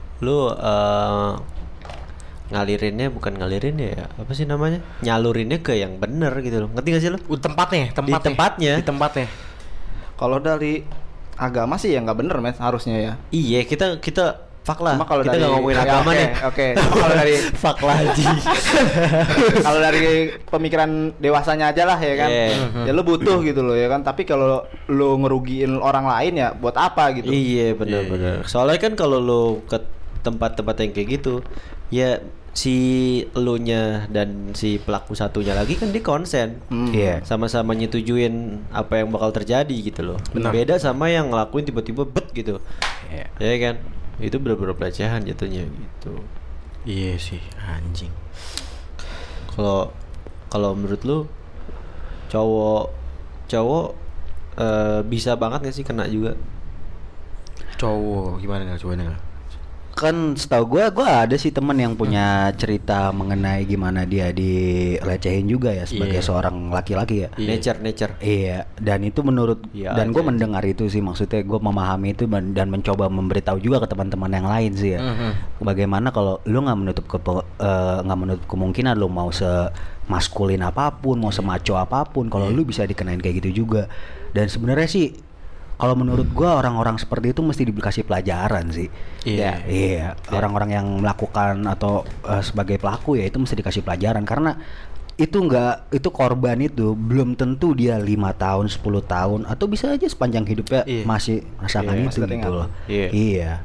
ngalirinnya bukan ngalirinnya ya, apa sih namanya, nyalurinnya ke yang bener gitu loh, ngerti gak sih lu? Tempatnya. Di tempatnya. Kalau dari agama sih ya nggak bener men harusnya ya. Iya, kita fuck lah. Cuma kalau Kita dari- nggak ngomongin ya, agama oke, nih. oke. Cuma kalau dari- fuck lah Ji. Kalau dari pemikiran dewasanya aja lah ya kan. Iya. Ya lu butuh gitu loh ya kan. Tapi kalau lu ngerugiin orang lain ya buat apa gitu. Iya benar-benar. Soalnya kan kalau lu ke tempat-tempat yang kayak gitu, ya si elunya dan si pelaku satunya lagi kan dia konsen. Iya. Sama-sama nyetujuin apa yang bakal terjadi gitu loh. Benar. Beda sama yang ngelakuin tiba-tiba bet gitu. Iya. Ya kan? Itu bener-bener pelecehan jatuhnya gitu. Iya sih, anjing. Kalau menurut lu cowok bisa banget gak sih kena juga? Cowok gimana nih, coba nih? Kan setahu gue ada sih temen yang punya cerita mengenai gimana dia dilecehin juga ya sebagai seorang laki-laki ya. Nature. Iya, dan itu menurut Iya, dan gue aja. mendengar itu sih, maksudnya gue memahami itu dan mencoba memberitahu juga ke teman-teman yang lain sih ya. Bagaimana kalau lu nggak menutup kemungkinan lu mau semaskulin apapun, mau semaco apapun, kalau lu bisa dikenain kayak gitu juga. Dan sebenarnya sih kalau menurut gua orang-orang seperti itu mesti dikasih pelajaran sih. Iya. Orang-orang yang melakukan atau sebagai pelaku ya itu mesti dikasih pelajaran, karena itu korban itu belum tentu dia 5 tahun, 10 tahun atau bisa aja sepanjang hidupnya masih merasakan itu gitu loh. Iya.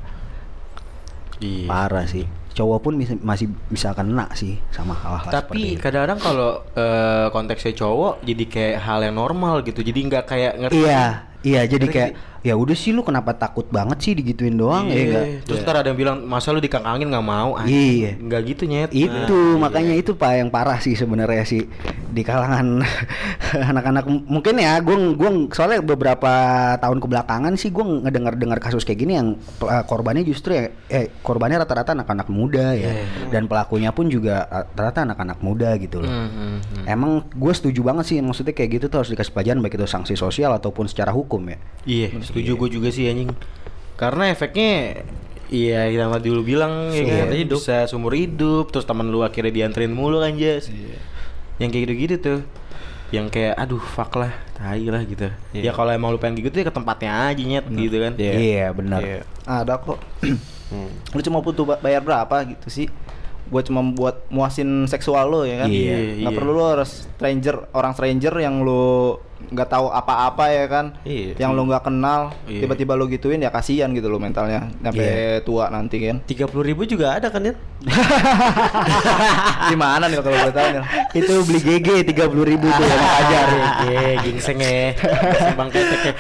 Parah sih. Cowok pun masih bisa kena sih sama hal-hal seperti Tapi itu. kadang-kadang kalau konteksnya cowok jadi kayak hal yang normal gitu. Jadi nggak kayak ngerti. Iya, jadi kayak ya udah sih lu kenapa takut banget sih digituin doang ya enggak? Terus ntar ada yang bilang masa lu dikangkangin nggak mau? Iya. Nggak gitu nyet. Itu makanya itu Pak yang parah sih sebenarnya sih di kalangan anak-anak mungkin ya. Gua soalnya beberapa tahun kebelakangan sih gua ngedengar kasus kayak gini yang korbannya justru korbannya rata-rata anak-anak muda ya. Dan pelakunya pun juga rata-rata anak-anak muda gitu loh. Emang gue setuju banget sih, maksudnya kayak gitu tuh harus dikasih pelajaran baik itu sanksi sosial ataupun secara hukum ya. Iya, setuju gue juga sih anjing. Karena efeknya iya yang tadi lu bilang ya kan, bisa seumur hidup. Terus teman lu akhirnya dianterin mulu kan Jas. Yang kayak gitu-gitu tuh. Yang kayak aduh fuck lah, tai lah gitu. Ya kalau emang lu pengen gitu ya ke tempatnya aja nyet gitu kan. Iya benar. Ada kok. Lu cuma butuh bayar berapa gitu sih? Buat cuma buat muasin seksual lo ya kan. Nggak perlu lo harus orang stranger yang lo nggak tahu apa-apa ya kan. Yang lo nggak kenal tiba-tiba lo gituin ya kasihan gitu lo mentalnya sampai tua nanti kan. 30.000 juga ada kan ya? Gimana nih kalau gue tahu nih? Itu beli GG 30.000 tuh yang ajar. Gingseng ya. Bang ketek ya.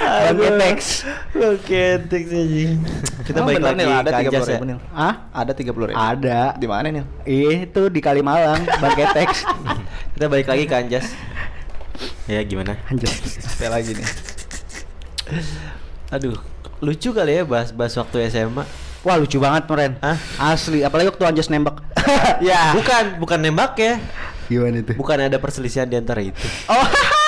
Ketek anjing. Kita balik lagi ada ke Anjas ya. 30.000 nih. Ada 30.000. Ada. Di mana nih? Itu di Kalimalang, Bang Ketex. Kita balik lagi ke Anjas. Ya gimana? Anjir. Sampai lagi nih. Aduh, lucu kali ya bahas waktu SMA. Wah lucu banget Meren. Hah? Asli, apalagi waktu Anjas nembak. Ya, bukan nembak ya. Gimana itu? Bukan ada perselisihan di antara itu. Oh.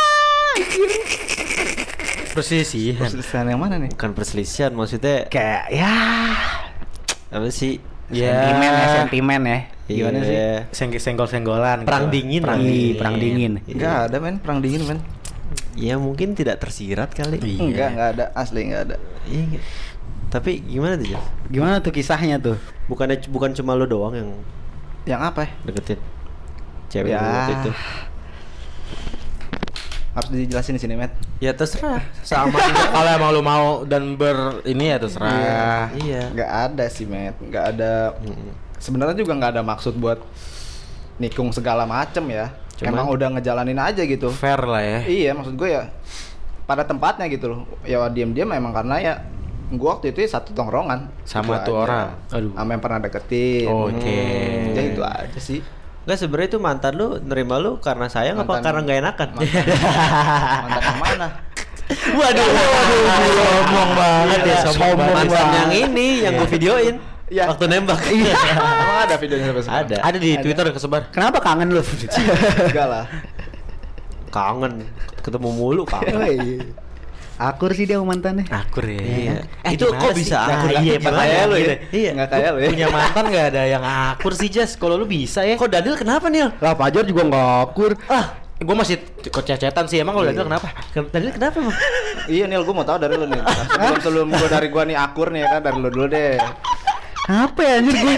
Perselisihan. Perselisihan yang mana nih? Bukan perselisihan, maksudnya Kayak ya apa sih? sentimen ya. Gimana sih? Senggol-senggolan. Perang gitu. dingin. Perang dingin. Enggak ada men, perang dingin men. Ya mungkin tidak tersirat kali. Enggak ada, asli enggak ada. Iya. Tapi gimana tuh, Jas? Gimana tuh kisahnya tuh? Bukan cuma lo doang yang Yang apa ya? deketin cewek Ya. lo waktu itu. Harus dijelasin di sini, Met. Ya terserah. Sama kalau emang lu mau dan ini ya terserah. Iya. Enggak ada sih, Met. Enggak ada. Sebenarnya juga enggak ada maksud buat nikung segala macem ya. Emang udah ngejalanin aja gitu. Fair lah ya. Iya, maksud gue ya pada tempatnya gitu loh. Ya diam-diam emang karena ya gue waktu itu satu tongkrongan Sama itu tuh aja. orang. Aduh. Sama yang pernah deketin. Oke. Ya itu aja sih. Enggak, sebenarnya itu mantan lu nerima lu karena sayang apa Mantan- karena nggak enakan? Mantan yang mana? Waduh, Sombong banget ya, sombong mantan banget. yang ini yang gue videoin Iya. waktu nembak. Emang ada videonya sampai sekarang? Ada. Ada di Twitter kesebar. Kenapa kangen lu? Enggak lah. Kangen, ketemu mulu kangen. Akur sih dia sama mantannya. Akur ya. Iya. Itu Itu kok bisa akur? Iya, Gimana? kayak lu ya. Iya. Enggak kayak lu ya. Punya mantan nggak ada yang akur sih Jas. Kalau lu bisa ya. Kok Daniel kenapa nih? Lah Fajar juga nggak akur. Gue masih kececetan sih. Emang kalau Daniel kenapa? Daniel kenapa emang? Iya Nil, gue mau tahu dari lu nih. Sebelum gue dari gua nih akur nih ya kan, dari lu dulu deh. Apa ya anjir gue?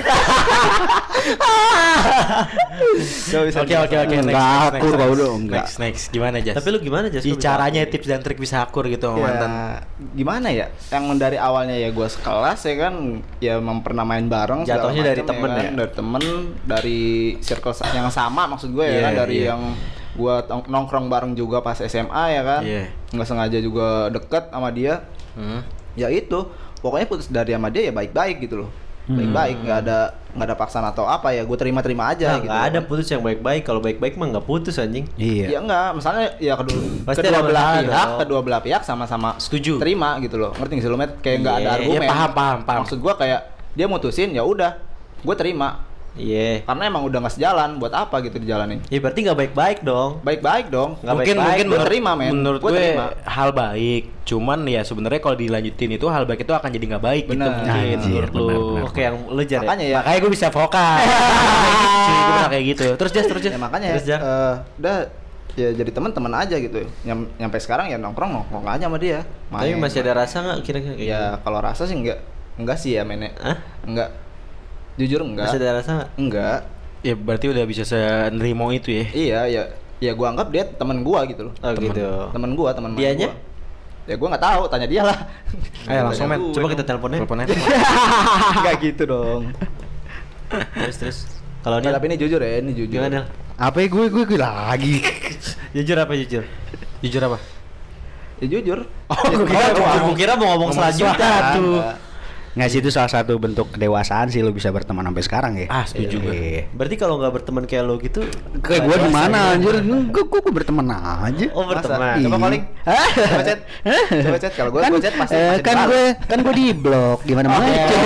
Coba bisa. Oke. Enggak akur kau udah enggak. Next. Gimana Jas? Tapi lu gimana, Jas? Kok bisa Caranya akur? tips dan trik bisa akur gitu sama Ya, mantan. gimana ya? Yang dari awalnya ya gue sekelas ya kan, ya pernah main bareng. segala Jatuhnya dari macam temen kan. ya? Dari temen, dari circle yang sama maksud gue ya Iya, kan, dari iya. yang gue nongkrong bareng juga pas SMA ya kan. Iya. Nggak sengaja juga deket sama dia. Ya itu, pokoknya putus dari sama dia ya baik-baik gitu loh. Baik-baik, nggak ada paksaan atau apa ya, gue terima aja Nah, gitu. nggak ada putus yang baik-baik. Kalau baik-baik mah nggak putus anjing. Iya. Ya enggak, misalnya ya Pasti kedua ada belah masalah pihak, dong. kedua belah pihak sama-sama Setuju. terima gitu loh. Ngerti nggak sih lu, Met? Kayak nggak ada Iya, argumen. iya, paham. Maksud gua kayak dia mutusin ya udah, gue terima. Iya. Karena emang udah nggak sejalan, buat apa gitu dijalanin? Ya berarti nggak baik-baik dong. Baik-baik dong. Nggak Mungkin baik-baik. Gua terima, men. Menurut Gua gue terima. hal baik. Cuman ya sebenarnya kalau dilanjutin itu hal baik itu akan jadi nggak baik gitu Benar. mungkin Anjir, menurut lu. benar. Oke, yang lu Jar ya? Makanya ya. Makanya gue bisa vokal. Cuy, gue bisa kayak gitu. Terus Jas. Ya makanya Terus, Jar? udah ya jadi teman-teman aja gitu. Nyampe sekarang ya nongkrong aja sama dia. Tapi Main. masih ada rasa nggak kira-kira? Ya kalau rasa sih enggak sih ya, Menek. Hah? Enggak. Jujur enggak. Masih ada rasa nggak? Enggak. Ya berarti udah bisa nerimo itu ya. Iya, ya gua anggap dia teman gua gitu loh. Oh gitu. Teman main Dianya? gua. Ya gua nggak tahu, tanya dia lah. Ayo langsung men. Coba kita teleponnya. Teleponnya. Enggak gitu dong. Terus. Kalau dia Tapi ini jujur ya, ini jujur. gimana? Del? Apa ya gue lagi? Jujur apa jujur? Jujur apa? Ya jujur. Gua kira mau ngomong selanjutnya tuh. Nggak sih, itu salah satu bentuk kedewasaan sih lo bisa berteman sampai sekarang ya. Ah, setuju gue. Iya. Berarti kalau nggak berteman kayak lo gitu, Kayak gue gimana anjir? Gue berteman aja. Oh Masa? berteman. Coba calling. Hah? Coba chat. Coba chat. Kalau kan, gua chat pasti masih kan gue di blok. Gimana mau?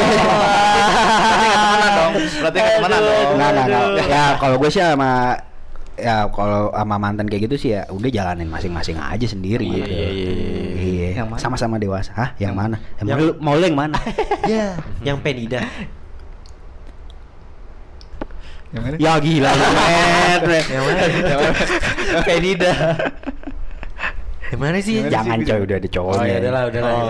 Berarti nggak temenan dong. Nggak. Ya kalau gue sih sama mantan kayak gitu sih ya udah jalanin masing-masing aja sendiri Iya, gitu. iya. Iya. Yang mana? Sama-sama dewasa. Hah? Yang mana? Yang- Mau lu yang mana? Ya, yang Penida. Yang mana? Ya gila lu, men. Yang mana? Penida. Gimana sih? Jangan coy, udah ada cowoknya. Oh ya udahlah.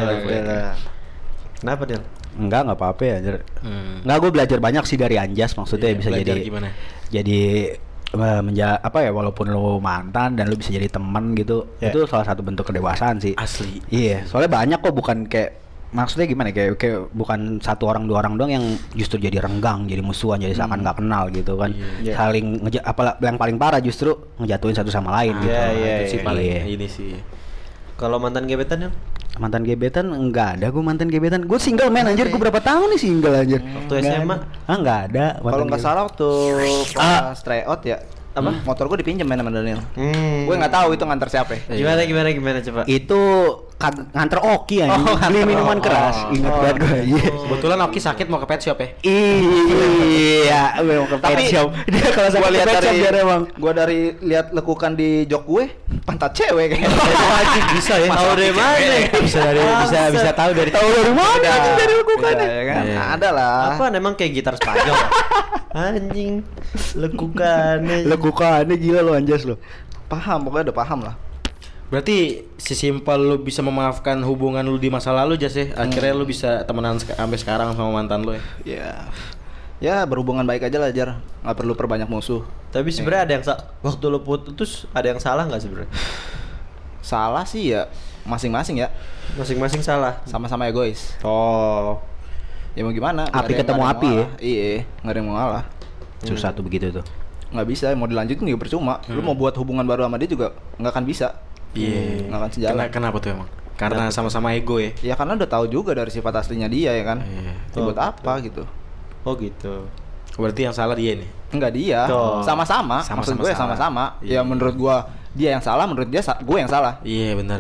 Kenapa Del? Enggak apa-apa ya anjir. Hmm. Enggak, gue belajar banyak sih dari Anjas, maksudnya Iya, bisa belajar jadi gimana? Jadi walaupun lo mantan dan lo bisa jadi teman gitu, Ya. itu salah satu bentuk kedewasaan sih. Asli. Iya, soalnya banyak kok, bukan kayak maksudnya gimana, kayak bukan satu orang dua orang doang yang justru jadi renggang, jadi musuhan, jadi seakan nggak kenal gitu kan. Iya. Saling yang paling parah justru ngejatuhin satu sama lain gitu. iya, Itu sih iya. paling Iya. ini sih. Kalau mantan gebetan ya? Mantan gebetan enggak ada, gue mantan gebetan. Gue single man anjir, gue berapa tahun nih single anjir. Waktu Nggak SMA? ada. Ah, enggak ada. Kalau mantan nggak gebetan. salah waktu pas tryout ya, motor gue dipinjam main sama Daniel. Gue nggak tahu itu nganter siapa. Gimana coba? Itu nganter Oki anjing. Beli minuman keras. Ingat banget gue. Iya. Kebetulan Oki sakit mau ke pet shop ya. Iya, gue mau ke pet Tapi shop. Dia kalau Gua sakit lihat pet shop dari dia emang. gua dari lihat lekukan di jok gue, pantat cewek kayaknya. Bisa ya? Tahu dari mana? Bisa tahu dari Tahu dari mana anjing dari lekukannya? Beda, ya kan? Iya. Ada lah. Apa emang kayak gitar Spanyol? Anjing, lekukannya. Lekukannya gila lo Anjas lo. Paham, pokoknya udah paham lah. Berarti sesimpel lu bisa memaafkan hubungan lu di masa lalu Jas ya. Akhirnya lu bisa temenan sampai sekarang sama mantan lu ya. Ya berhubungan baik aja lah, Jar. Nggak perlu perbanyak musuh. Tapi sebenarnya ada yang waktu lo putus ada yang salah nggak sebenarnya? Salah sih ya masing-masing ya. Masing-masing salah. Sama-sama egois. Oh. Ya mau gimana? Nggak Api ada yang- ketemu nggak ada api yang ya? ngalah. Iya, nggak ada yang mau ngalah. Susah tuh begitu tuh. Nggak bisa, mau dilanjutin juga percuma. Lu mau buat hubungan baru sama dia juga nggak akan bisa. Iya. Nggak akan sejalan. Kenapa tuh emang? Karena sama-sama ego ya. Ya karena udah tahu juga dari sifat aslinya dia ya kan. Iya. Ya, buat apa gitu? Oh gitu. Berarti yang salah dia nih. Enggak dia, Tuh. sama-sama. Sama-sama Maksud gue salah. sama-sama. Iya. Ya menurut gua dia yang salah, menurut dia gue yang salah. Iya benar.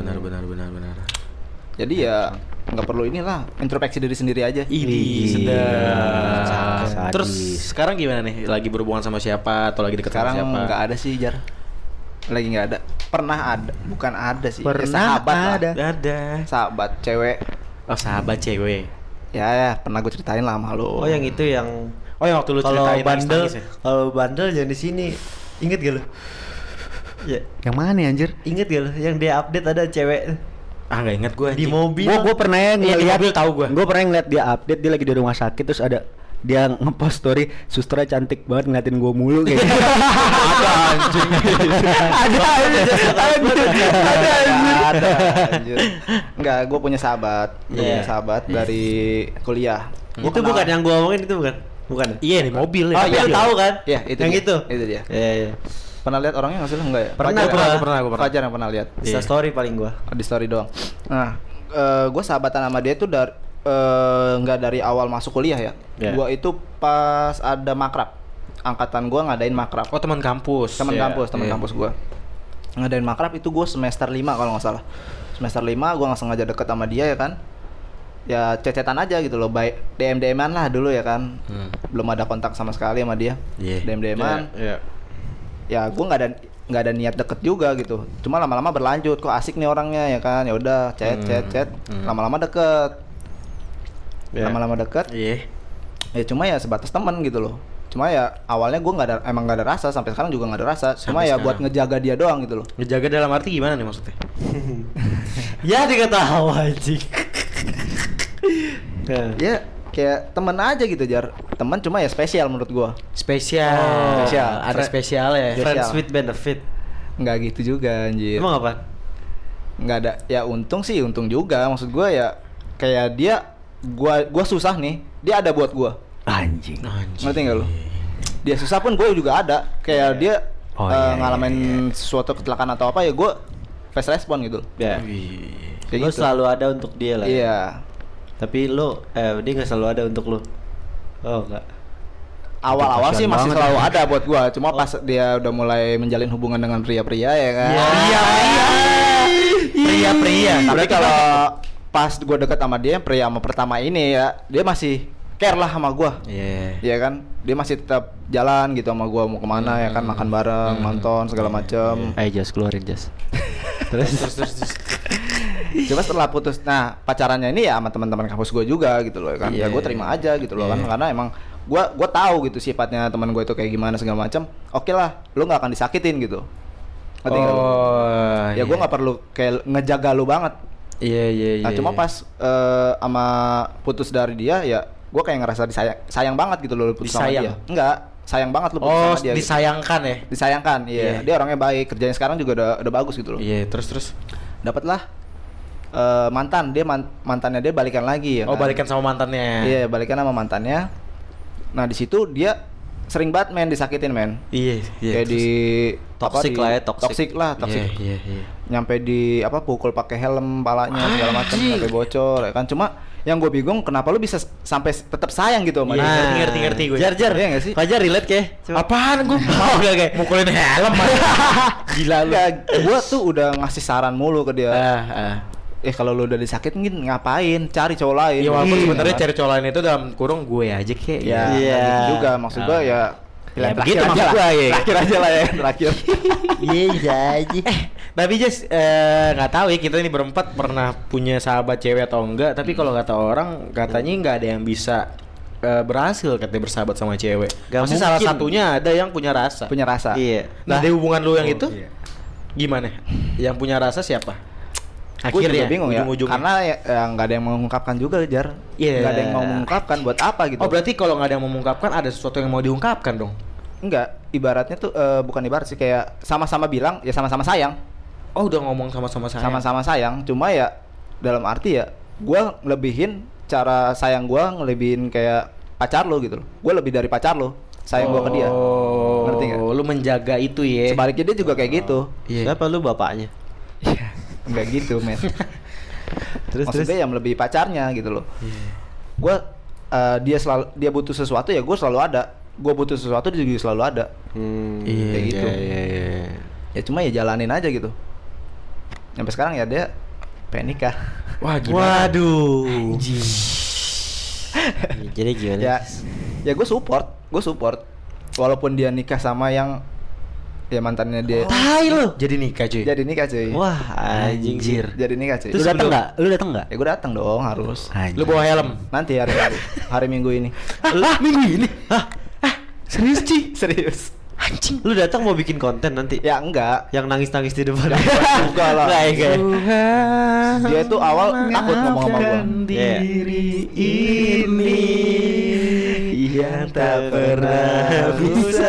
Jadi ya nggak perlu inilah introspeksi diri sendiri aja. Ini sedap. Sadis. Terus sekarang gimana nih? Lagi berhubungan sama siapa atau lagi deket sama Sekarang siapa? nggak ada sih, Jar. Lagi nggak ada. Pernah ada, bukan ada sih. Pernah sahabat ada. lah. Ada. Sahabat cewek. Oh sahabat cewek. Ya, pernah gue ceritain lah sama lu. Oh yang itu yang Oh yang waktu lu kalau ceritain bandel, nangis-nangis ya? kalau bandel jangan di sini. Ingat gak lo? Ya, Yang mana ya, anjir? inget gak lo? Yang dia update ada cewek Ah nggak inget gue di mobil. Gue pernah Iya, di ngeliat, mobil tahu gua. Gue pernah ngeliat dia update, dia lagi di rumah sakit, terus ada dia ngepost story, susternya cantik banget ngeliatin gue mulu kayak gitu. Ada anjing. Ada, anjir. Enggak, gue punya sahabat. Gue Iya. punya sahabat dari kuliah. Gua Itu kenal- bukan yang gua omongin, itu bukan? Bukan. Iya di mobil ya. Oh iya, Tapi tahu kan? Iya, itu yang dia. itu. Itu dia. Iya, iya. Pernah lihat orangnya nggak sih lu? Enggak ya? Pernah, Fajar, gua pernah. Fajar yang pernah lihat. Insta story paling gua. Di story doang. Nah, gue sahabatan sama dia tuh nggak dari awal masuk kuliah ya. Yeah. Gua itu pas ada makrab. Angkatan gua ngadain makrab. Oh, teman kampus. Teman Ya, kampus iya. gua. Ngadain makrab itu gua semester 5 kalau nggak salah. Semester 5 gua nggak sengaja deket sama dia ya kan. Ya cecetan aja gitu loh, baik DM-an lah dulu ya kan. Belum ada kontak sama sekali sama dia. Iya. DM-an. Iya. Ya gua nggak ada niat deket juga gitu. Cuma lama-lama berlanjut, kok asik nih orangnya ya kan. Ya udah chat. Lama-lama deket. Yeah. Lama-lama deket. Iya. Ya cuma ya sebatas teman gitu loh. Cuma ya awalnya gue emang nggak ada rasa, sampai sekarang juga nggak ada rasa. Cuma Sampai ya sekarang. buat ngejaga dia doang gitu loh. Ngejaga dalam arti gimana nih maksudnya? Ya diketawa anjing. Ya kayak temen aja gitu Jar. Temen cuma ya spesial menurut gue. Spesial. Spesial. Ada spesial ya. Friends with benefit. Nggak gitu juga anjir. Emang apa? Nggak ada. Ya untung juga. Maksud gue ya kayak dia, gua susah nih, dia ada buat gue. Anjing. Ngerti nggak lo? Dia susah pun gue juga ada. Kayak dia Oh, iya, ngalamin sesuatu kecelakaan atau apa ya gue fast respon gitu. Ya. Kayak Lo gitu. selalu ada untuk dia lah. Iya. Tapi lo dia nggak selalu ada untuk lo. Oh enggak. Awal-awal sih Kasian masih banget selalu ada buat gua, cuma pas dia udah mulai menjalin hubungan dengan pria-pria ya kan. Pria-pria. Tapi kalau pas gua deket sama dia, pria sama pertama ini ya, dia masih care lah sama gua. Iya. Iya kan? Dia masih tetap jalan gitu sama gua, mau kemana ya kan, makan bareng, nonton segala macem. Ayo Jas, keluarin Jas. Terus. Cuma setelah putus, nah pacarannya ini ya sama teman-teman kampus gua juga gitu loh kan. Ya gua terima aja gitu loh kan, karena emang gua tahu gitu sifatnya teman gua itu kayak gimana segala macam. Oke lah, lu nggak akan disakitin gitu. Ngerti nggak lu? Ya gua nggak perlu kayak ngejaga lu banget. Iya. Nah cuma pas sama putus dari dia ya gue kayak ngerasa sayang banget gitu loh lu putus sama Disayang? dia. Enggak, sayang banget lu putus Oh, sama dia. Gitu. disayangkan ya. Disayangkan, iya. Dia orangnya baik, kerjanya sekarang juga udah bagus gitu loh. Iya, terus. Dapatlah mantan, mantannya dia balikan lagi ya. Oh, kan? balikan sama mantannya. Iya, balikan sama mantannya. Nah, di situ dia sering banget disakitin men. Iya. Kayak di Toxic lah ya, toxic. toxic. Iya. Nyampe di pukul pakai helm palanya segala macam sampai bocor ya kan. Cuma yang gue bingung kenapa lu bisa sampai tetap sayang gitu sama dia. Ngerti gue. Jar. Iya nggak sih? Fajar relate ke? Apaan gue? Mau gak kayak mukulin helm aja. Gila lu. Gue tuh udah ngasih saran mulu ke dia. Ah. Kalau lu udah disakitin ngapain? Cari cowok lain. Iya, walaupun sebenarnya kan? cari cowok lain itu dalam kurung gue aja kayak. Ya, Iya. gitu juga maksud gue ya. Ya, Pilihan begitu terakhir maksud aja gua, lah. ya. Terakhir aja lah ya, terakhir. Iya aja. Tapi Jess, nggak tahu ya, kita ini berempat pernah punya sahabat cewek atau enggak. Tapi kalau kata orang katanya nggak ada yang bisa berhasil katanya bersahabat sama cewek. Gak Pasti salah mungkin. satunya ada yang punya rasa. Punya rasa. Iya. Nah, dari hubungan lu yang itu iya. gimana? Yang punya rasa siapa? Gue juga Akhirnya bingung ya, ujung-ujungnya. karena ya nggak ada yang mau mengungkapkan juga Jar. Iya. Nggak ada yang mau mengungkapkan buat apa gitu. Oh, berarti kalau nggak ada yang mengungkapkan ada sesuatu yang mau diungkapkan dong. Enggak, ibaratnya tuh bukan ibarat sih, kayak sama-sama bilang ya sama-sama sayang. Oh, udah ngomong sama-sama saya. Sama-sama sayang, cuma ya dalam arti ya gua ngelebihin cara sayang gua ngelebihin kayak pacar lo gitu loh. Gua lebih dari pacar lo, sayang gua ke dia. Ngerti nggak? Lu menjaga itu ya. Sebaliknya dia juga kayak gitu. Iya. Siapa lu bapaknya? Enggak gitu, men. Terus Maksudnya yang melebihi pacarnya gitu loh. Gua dia butuh sesuatu ya gua selalu ada. Gua butuh sesuatu dia juga selalu ada. Iya, kayak gitu. Iya. Ya cuma ya jalanin aja gitu. Sampai sekarang ya dia pengen nikah. Wah, gimana? Waduh. Jadi gimana? Ya gue support. Walaupun dia nikah sama yang ya mantannya dia. Tai lu. Jadi nikah cuy. Jadi nikah cuy. Wah, anjing sih. Jadi nikah cuy. Lu datang nggak? Lu datang nggak? Ya gue datang dong harus. Anjing. Lu bawa helm. Nanti hari Minggu ini. Minggu ini? Hah? Serius Ci? Serius. Anjing. Lu datang mau bikin konten nanti? Ya enggak. Yang nangis-nangis di depan. Enggak lah. Enggak. Dia tuh awal takut ngomong sama gua. Diri ini yang tak pernah bisa.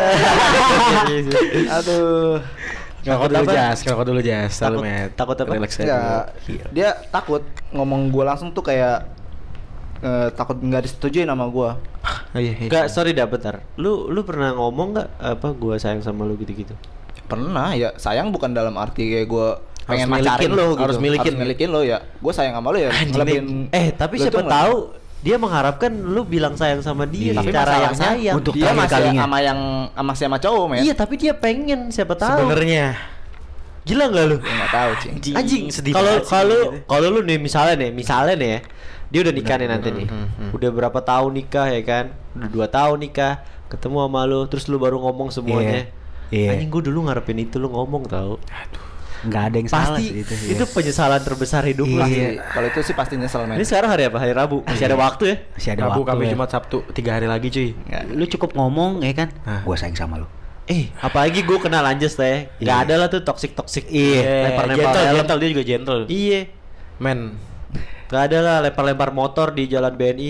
Aduh. Ngerokok dulu Jas. Selalu Takut- met. takut apa? Relax aja Enggak. dulu. Dia takut ngomong gua langsung tuh kayak takut nggak disetujuin sama gua. Oh, iya. Enggak, sorry dah bentar. Lu pernah ngomong enggak apa gua sayang sama lu gitu-gitu? Pernah ya, sayang bukan dalam arti kayak gua pengen milikin, macarin lo gitu. harus milikin lo ya. Gue sayang sama lo ya. Ngelebihin Tapi lo siapa tuh tahu dia mengharapkan lu bilang sayang sama dia Tapi cara yang masalahnya sayang. untuk dia masih kali-kalinya. sama cowok, men. Iya, tapi dia pengen, siapa tahu. Sebenarnya Gila nggak lu? Enggak tahu, Cing. Anjing, sedih kalau banget sih kalau gitu. kalau lu nih misalnya nih ya, dia udah nikah nih nanti nih. Udah berapa tahun nikah ya kan? Udah 2 tahun nikah, ketemu sama lu, terus lu baru ngomong semuanya. Iya. Anjing, gue dulu ngarepin itu, lu ngomong tau. Nggak ada yang salah Pasti sih itu penyesalan terbesar hidup lu. Pasti, kalau itu sih pasti nyesel, men. Ini sekarang hari apa? Hari Rabu. Masih ada waktu ya? Masih ada Rabu, waktu Kamis, ya. Jumat, Sabtu, 3 hari lagi cuy. Lu cukup ngomong ya kan, gue sayang sama lu. Apalagi gue kenal Anjas teh. Gak ada lah tuh toxic. Iya, Lempar-lempar gentle, helm. gentle, dia juga gentle. Iya. Men, Gak ada lah lempar-lempar motor di jalan BNI.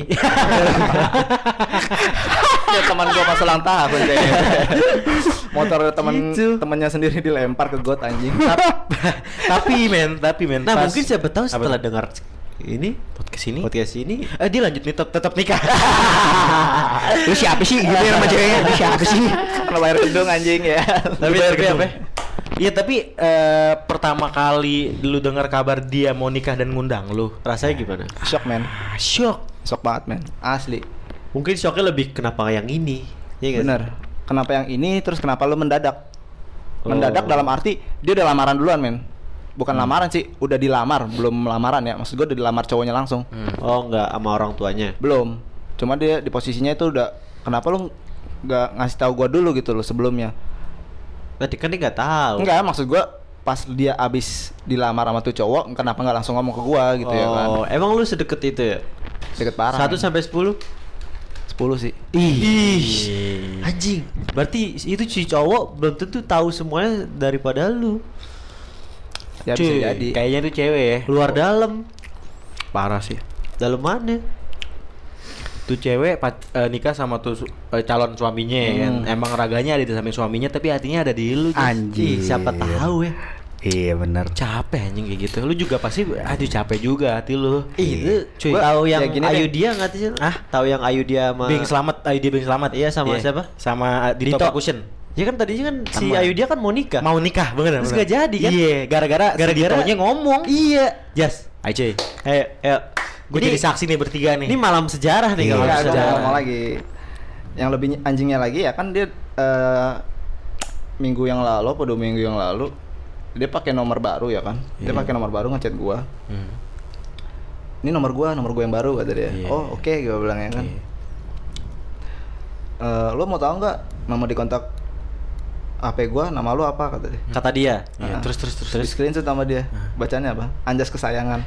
Ya teman gua pas ulang tahun kayaknya. Motor Gitu. temannya sendiri dilempar ke got, anjing. tapi men, Nah, pas- mungkin siapa tahu Apa setelah tuh? dengar ini podcast ini, ini dia lanjut nih tetap nikah. Lu siapa sih gitu ya sama ceweknya? Lu siapa sih? Karena bayar gedung, anjing ya. tapi apa? Iya, tapi pertama kali lu dengar kabar dia mau nikah dan ngundang lu, rasanya gimana? Shock, men. shock. Shock banget, men. Asli. Mungkin shocknya lebih kenapa yang ini. Iya nggak sih? Bener. Kenapa yang ini, terus kenapa lu mendadak? Oh. Mendadak dalam arti dia udah lamaran duluan, men. Bukan lamaran sih, udah dilamar, belum lamaran ya. Maksud gua udah dilamar cowoknya langsung. Oh, nggak sama orang tuanya. Belum. Cuma dia di posisinya itu udah, kenapa lu nggak ngasih tahu gua dulu gitu loh sebelumnya? Tadi kan dia nggak tahu. Enggak, maksud gua pas dia abis dilamar sama tuh cowok, kenapa nggak langsung ngomong ke gua gitu ya kan? Oh, emang lu sedekat itu ya? Deket parah. 1 sampai 10? 10 sih. Ih, anjing. Berarti itu si cowok belum tentu tahu semuanya daripada lu. Ya bisa Cuy, jadi. kayaknya itu cewek ya. Luar dalam. Parah sih. Dalam mana? Tuh cewek nikah sama tuh calon suaminya ya kan. Emang raganya ada di samping suaminya, tapi hatinya ada di lu. Cuy. Anjing. Ih, siapa tahu ya? Iya benar. Capek anjing kayak gitu. Lu juga pasti aduh capek juga hati lu. Itu Cuy. tahu yang ya gini Ayu deh. dia nggak sih? Tahu yang Ayu dia sama Bing Selamat, dia Bing Selamat. Iya, sama siapa? Sama Dito Percussion. Ya kan tadinya kan si Sama. Ayu dia kan mau nikah. Mau nikah, bener. Terus bener. nggak jadi kan? Iya, gara-gara Ditonya ngomong. Iya. Jas. Ayo cuy. Ayo. Gue jadi saksi nih bertiga nih. Ini malam sejarah nih Iya, kalau Enggak, sejarah. gua ngomong lagi. Yang lebih anjingnya lagi ya kan dia minggu yang lalu atau 2 minggu yang lalu dia pakai nomor baru ya kan. Dia pakai nomor baru ngechat gua. Ini nomor gua yang baru kata dia. Iya. Oh, oke, gua bilang ya kan. Lo mau tahu nggak nama di kontak HP gua, nama lu apa kata dia. Kata dia. Iya, terus. Di screenshot sama dia. Bacanya apa? Anjas kesayangan.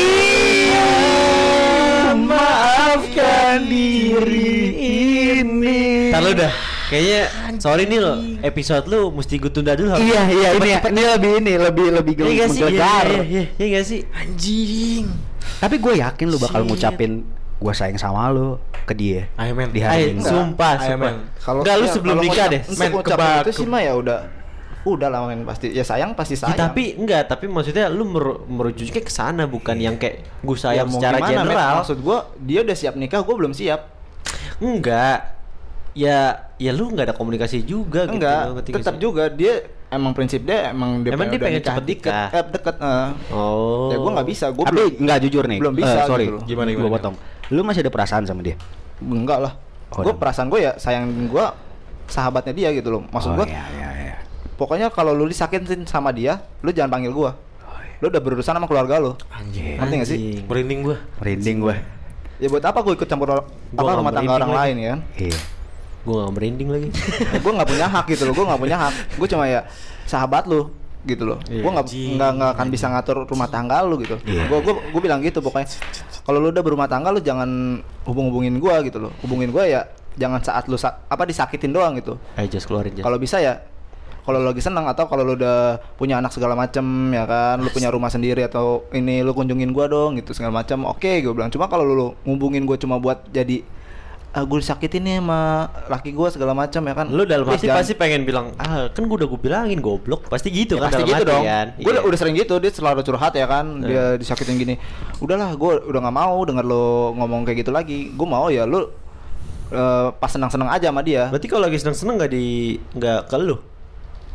Maafkan diri ini. Ntar lu dah. Kayaknya sorry nih lo, episode lu mesti gue tunda dulu. Iya ini lebih Iya gak sih? menggelegar. Iya gak sih? Anjing. Tapi gue yakin lu bakal ngucapin gue sayang sama lu ke dia Ayo men. di hari Ayo, Minggu. sumpah. Ayo, men. Enggak, lu sebelum nikah deh. Men, Men, ucapan kebak- itu sih mah ya udah lah, men, pasti. Ya sayang pasti Ya, sayang. tapi maksudnya lu merujuknya ke sana bukan yang kayak gue ya sayang mau secara gimana, men? general. Maksud gua dia udah siap nikah, gua belum siap. Enggak. Ya lu nggak ada komunikasi juga Enggak, gitu. ngerti gak tetap sih? juga dia emang prinsip dia emang dia Emang dia udah pengen cepet nikah? deket. Oh. Ya gua nggak bisa, gua Tapi nggak jujur nih. belum bisa sorry. gitu loh. Gimana? Gue potong. Lu masih ada perasaan sama dia? Enggak lah. Oh, Gua udah. perasaan gua ya sayang gua sahabatnya dia gitu loh. Maksud gua Iya. pokoknya kalau lu disakitin sama dia, lu jangan panggil gua. Lu udah berurusan sama keluarga lu. Anjing. Ngerti nggak sih? Merinding gua. Merinding gue. Ya buat apa gua ikut campur nggak rumah tangga orang merinding lain ya kan? Iya. Gue gak merinding lagi. Gue nggak punya hak gitu loh, gue nggak punya hak. Gue cuma ya sahabat lu gitu loh. Iya, Gue nggak akan bisa ngatur rumah tangga lu gitu. Iya. Gue bilang gitu pokoknya. Kalau lu udah berumah tangga lu jangan hubungin gue gitu loh. Hubungin gue ya jangan saat lu disakitin doang gitu. Ayo just keluarin just. Kalau bisa ya kalau lu lagi senang atau kalau lu udah punya anak segala macem ya kan, lu punya rumah sendiri atau ini lu kunjungin gue dong gitu segala macam. Oke, gue bilang. Cuma kalau lu ngubungin gue cuma buat jadi gue disakitin nih sama laki gue segala macam ya kan. Lu dalam Please, hati jangan. pasti pengen bilang, kan gue udah bilangin goblok. Pasti gitu Ya, kan pasti dalam gitu hati dong. kan. Gue Iya. udah sering gitu, dia selalu curhat ya kan, dia disakitin gini. Udahlah, gue udah nggak mau denger lo ngomong kayak gitu lagi. Gue mau ya lu pas senang-senang aja sama dia. Berarti kalau lagi seneng-seneng nggak ke lu?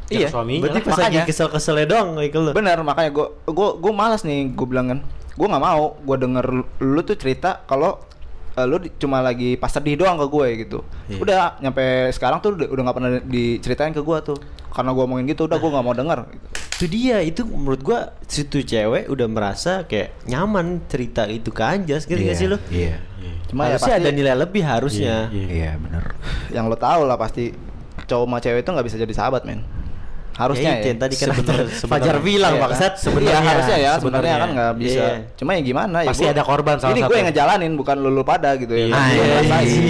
Iya, suaminya. Berarti pas lagi kesel-keselnya doang kayak lu. Bener, makanya gue malas nih, gue bilang kan, gue nggak mau gue denger lu tuh cerita kalau lu cuma lagi pas sedih doang ke gue gitu. Udah nyampe sekarang tuh udah nggak pernah diceritain ke gue tuh, karena gue omongin gitu, udah gue nggak mau denger. Itu dia, itu menurut gua situ cewek udah merasa kayak nyaman cerita itu ke Anjas, gitu gak sih lu? Iya. Cuma ya Harusnya pasti ada nilai lebih harusnya. Iya, benar. yang lo tahu lah pasti cowok sama cewek itu nggak bisa jadi sahabat, men. Harusnya itu ya. yang tadi kan Fajar bilang Iya, maksud sebenarnya harusnya ya, sebenarnya sebenarnya. kan nggak bisa. Iya. Cuma ya gimana ya? Pasti ada korban salah Ini satu. gue yang ngejalanin, bukan lu pada gitu ya. Iya. Kan gua ngerasain.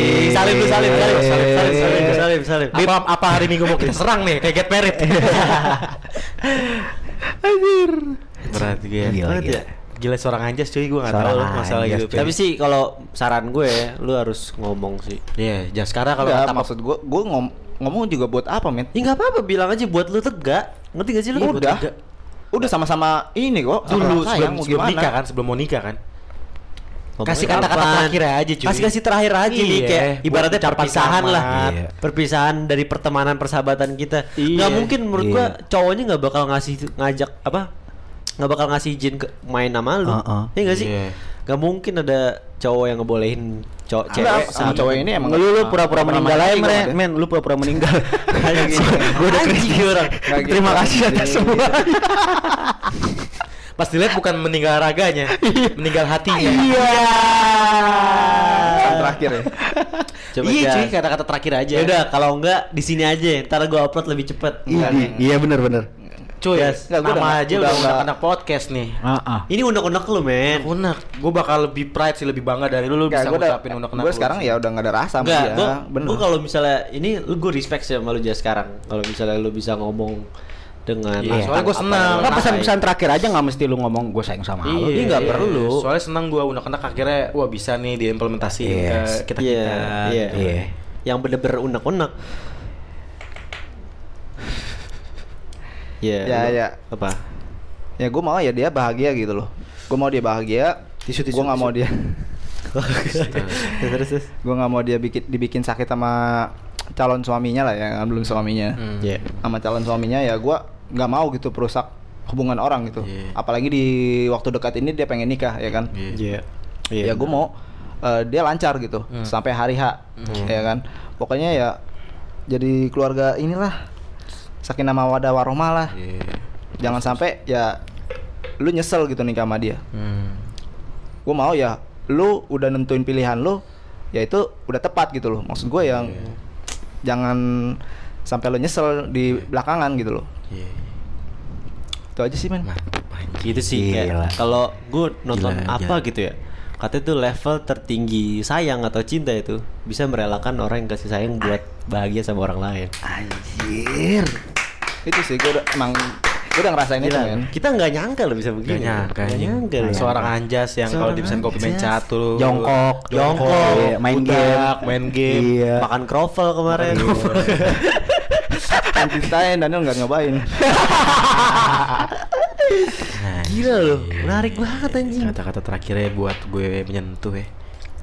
Salim. Apa hari Minggu mau kita serang nih kayak Get Married. Berat ya. Gila. Gila seorang Anjas cuy, gue gak Seorang tahu loh masalah Anjas, gitu. cuy. Tapi sih kalau saran gue, lu harus ngomong sih. Iya, jangan sekarang kalau Enggak, kata maksud gue ngomong juga buat apa, men? Ya nggak apa-apa, bilang aja buat lu tegak. Ngerti gak sih lu? Udah. Udah sama-sama ini kok. dulu sayang, sebelum nikah kan, sebelum mau nikah kan. Ngomongnya Kasih kata-kata kapan? terakhir aja cuy. Kasih terakhir aja nih, Iya, kayak buat ibaratnya ucapan perpisahan lah. selamat. Iya. Perpisahan dari pertemanan persahabatan kita. Iya. Nggak mungkin menurut Iya. gua cowoknya nggak bakal ngajak apa? Nggak bakal ngasih izin ke main sama lu. Iya nggak sih? Iya. Nggak mungkin ada cowok yang ngebolehin cowok cewek sama cowok ini emang Lu pura-pura meninggal aja, men. men. Lu pura-pura meninggal. Gue udah kritik orang. Terima kasih atas semua. Pas dilihat bukan meninggal raganya, meninggal hatinya. Iya. Yang terakhir ya. Coba Iya Jas. cuy, kata-kata terakhir aja. Ya udah, kalau enggak di sini aja. Ntar gua upload lebih cepet. Iya, benar. Cuy, Jas. Nggak, gua nama udah- aja udah udah nggak- unek-unek podcast nih. Ini unek-unek lu, men. Unek, gue bakal lebih pride sih, lebih bangga dari lu bisa ngucapin unek-unek. Gue sekarang ya udah nggak ada rasa sama Enggak, dia. gua kalau misalnya ini lu gue respect sih sama lu Jas sekarang. Kalau misalnya lu bisa ngomong dengan Iya, soalnya gua apa senang. yang lu Nggak, rasain. pesan-pesan terakhir aja nggak mesti lu ngomong gue sayang sama lu. Iya, nggak perlu. Soalnya senang gue unek-unek akhirnya, wah bisa nih diimplementasi Yes. ke kita. Iya. Iya. Yang bener-bener unek-unek. Iya. Ya, lu- ya. Apa? Ya gue mau ya dia bahagia gitu loh. Gue mau dia bahagia. Tisu, Gue nggak mau dia. Terus. Gue nggak mau dia dibikin sakit sama calon suaminya lah ya, belum suaminya. Iya. Sama calon suaminya ya gue nggak mau gitu perusak hubungan orang gitu. Iya. Apalagi di waktu dekat ini dia pengen nikah ya kan. Iya. Ya gue mau dia lancar gitu sampai hari H ya kan. Pokoknya ya jadi keluarga inilah sakinah mawaddah warahmah lah. Jangan sampai ya lu nyesel gitu nikah sama dia. Gue mau ya lu udah nentuin pilihan lu, ya itu udah tepat gitu loh. Maksud gue yang jangan sampai lu nyesel di belakangan gitu loh. Itu aja sih, men. Gitu sih kayak Gila. kalau gue nonton Gila, apa gitu ya, katanya tuh level tertinggi sayang atau cinta itu bisa merelakan orang yang kasih sayang buat bahagia sama orang lain. Anjir. Itu sih gue udah ngerasain itu, Gila, men. kita nggak nyangka loh bisa begini. Gak Nggak nyangka. loh. Seorang Anjas yang kalau di pesan kopi main Anjas. catur, Jongkok. Iya, main budak, game. main game. Iya. Makan kroffel kemarin. Anjing Daniel nggak nyobain. Gila loh, menarik banget anjing. Kata-kata terakhirnya buat gue menyentuh ya.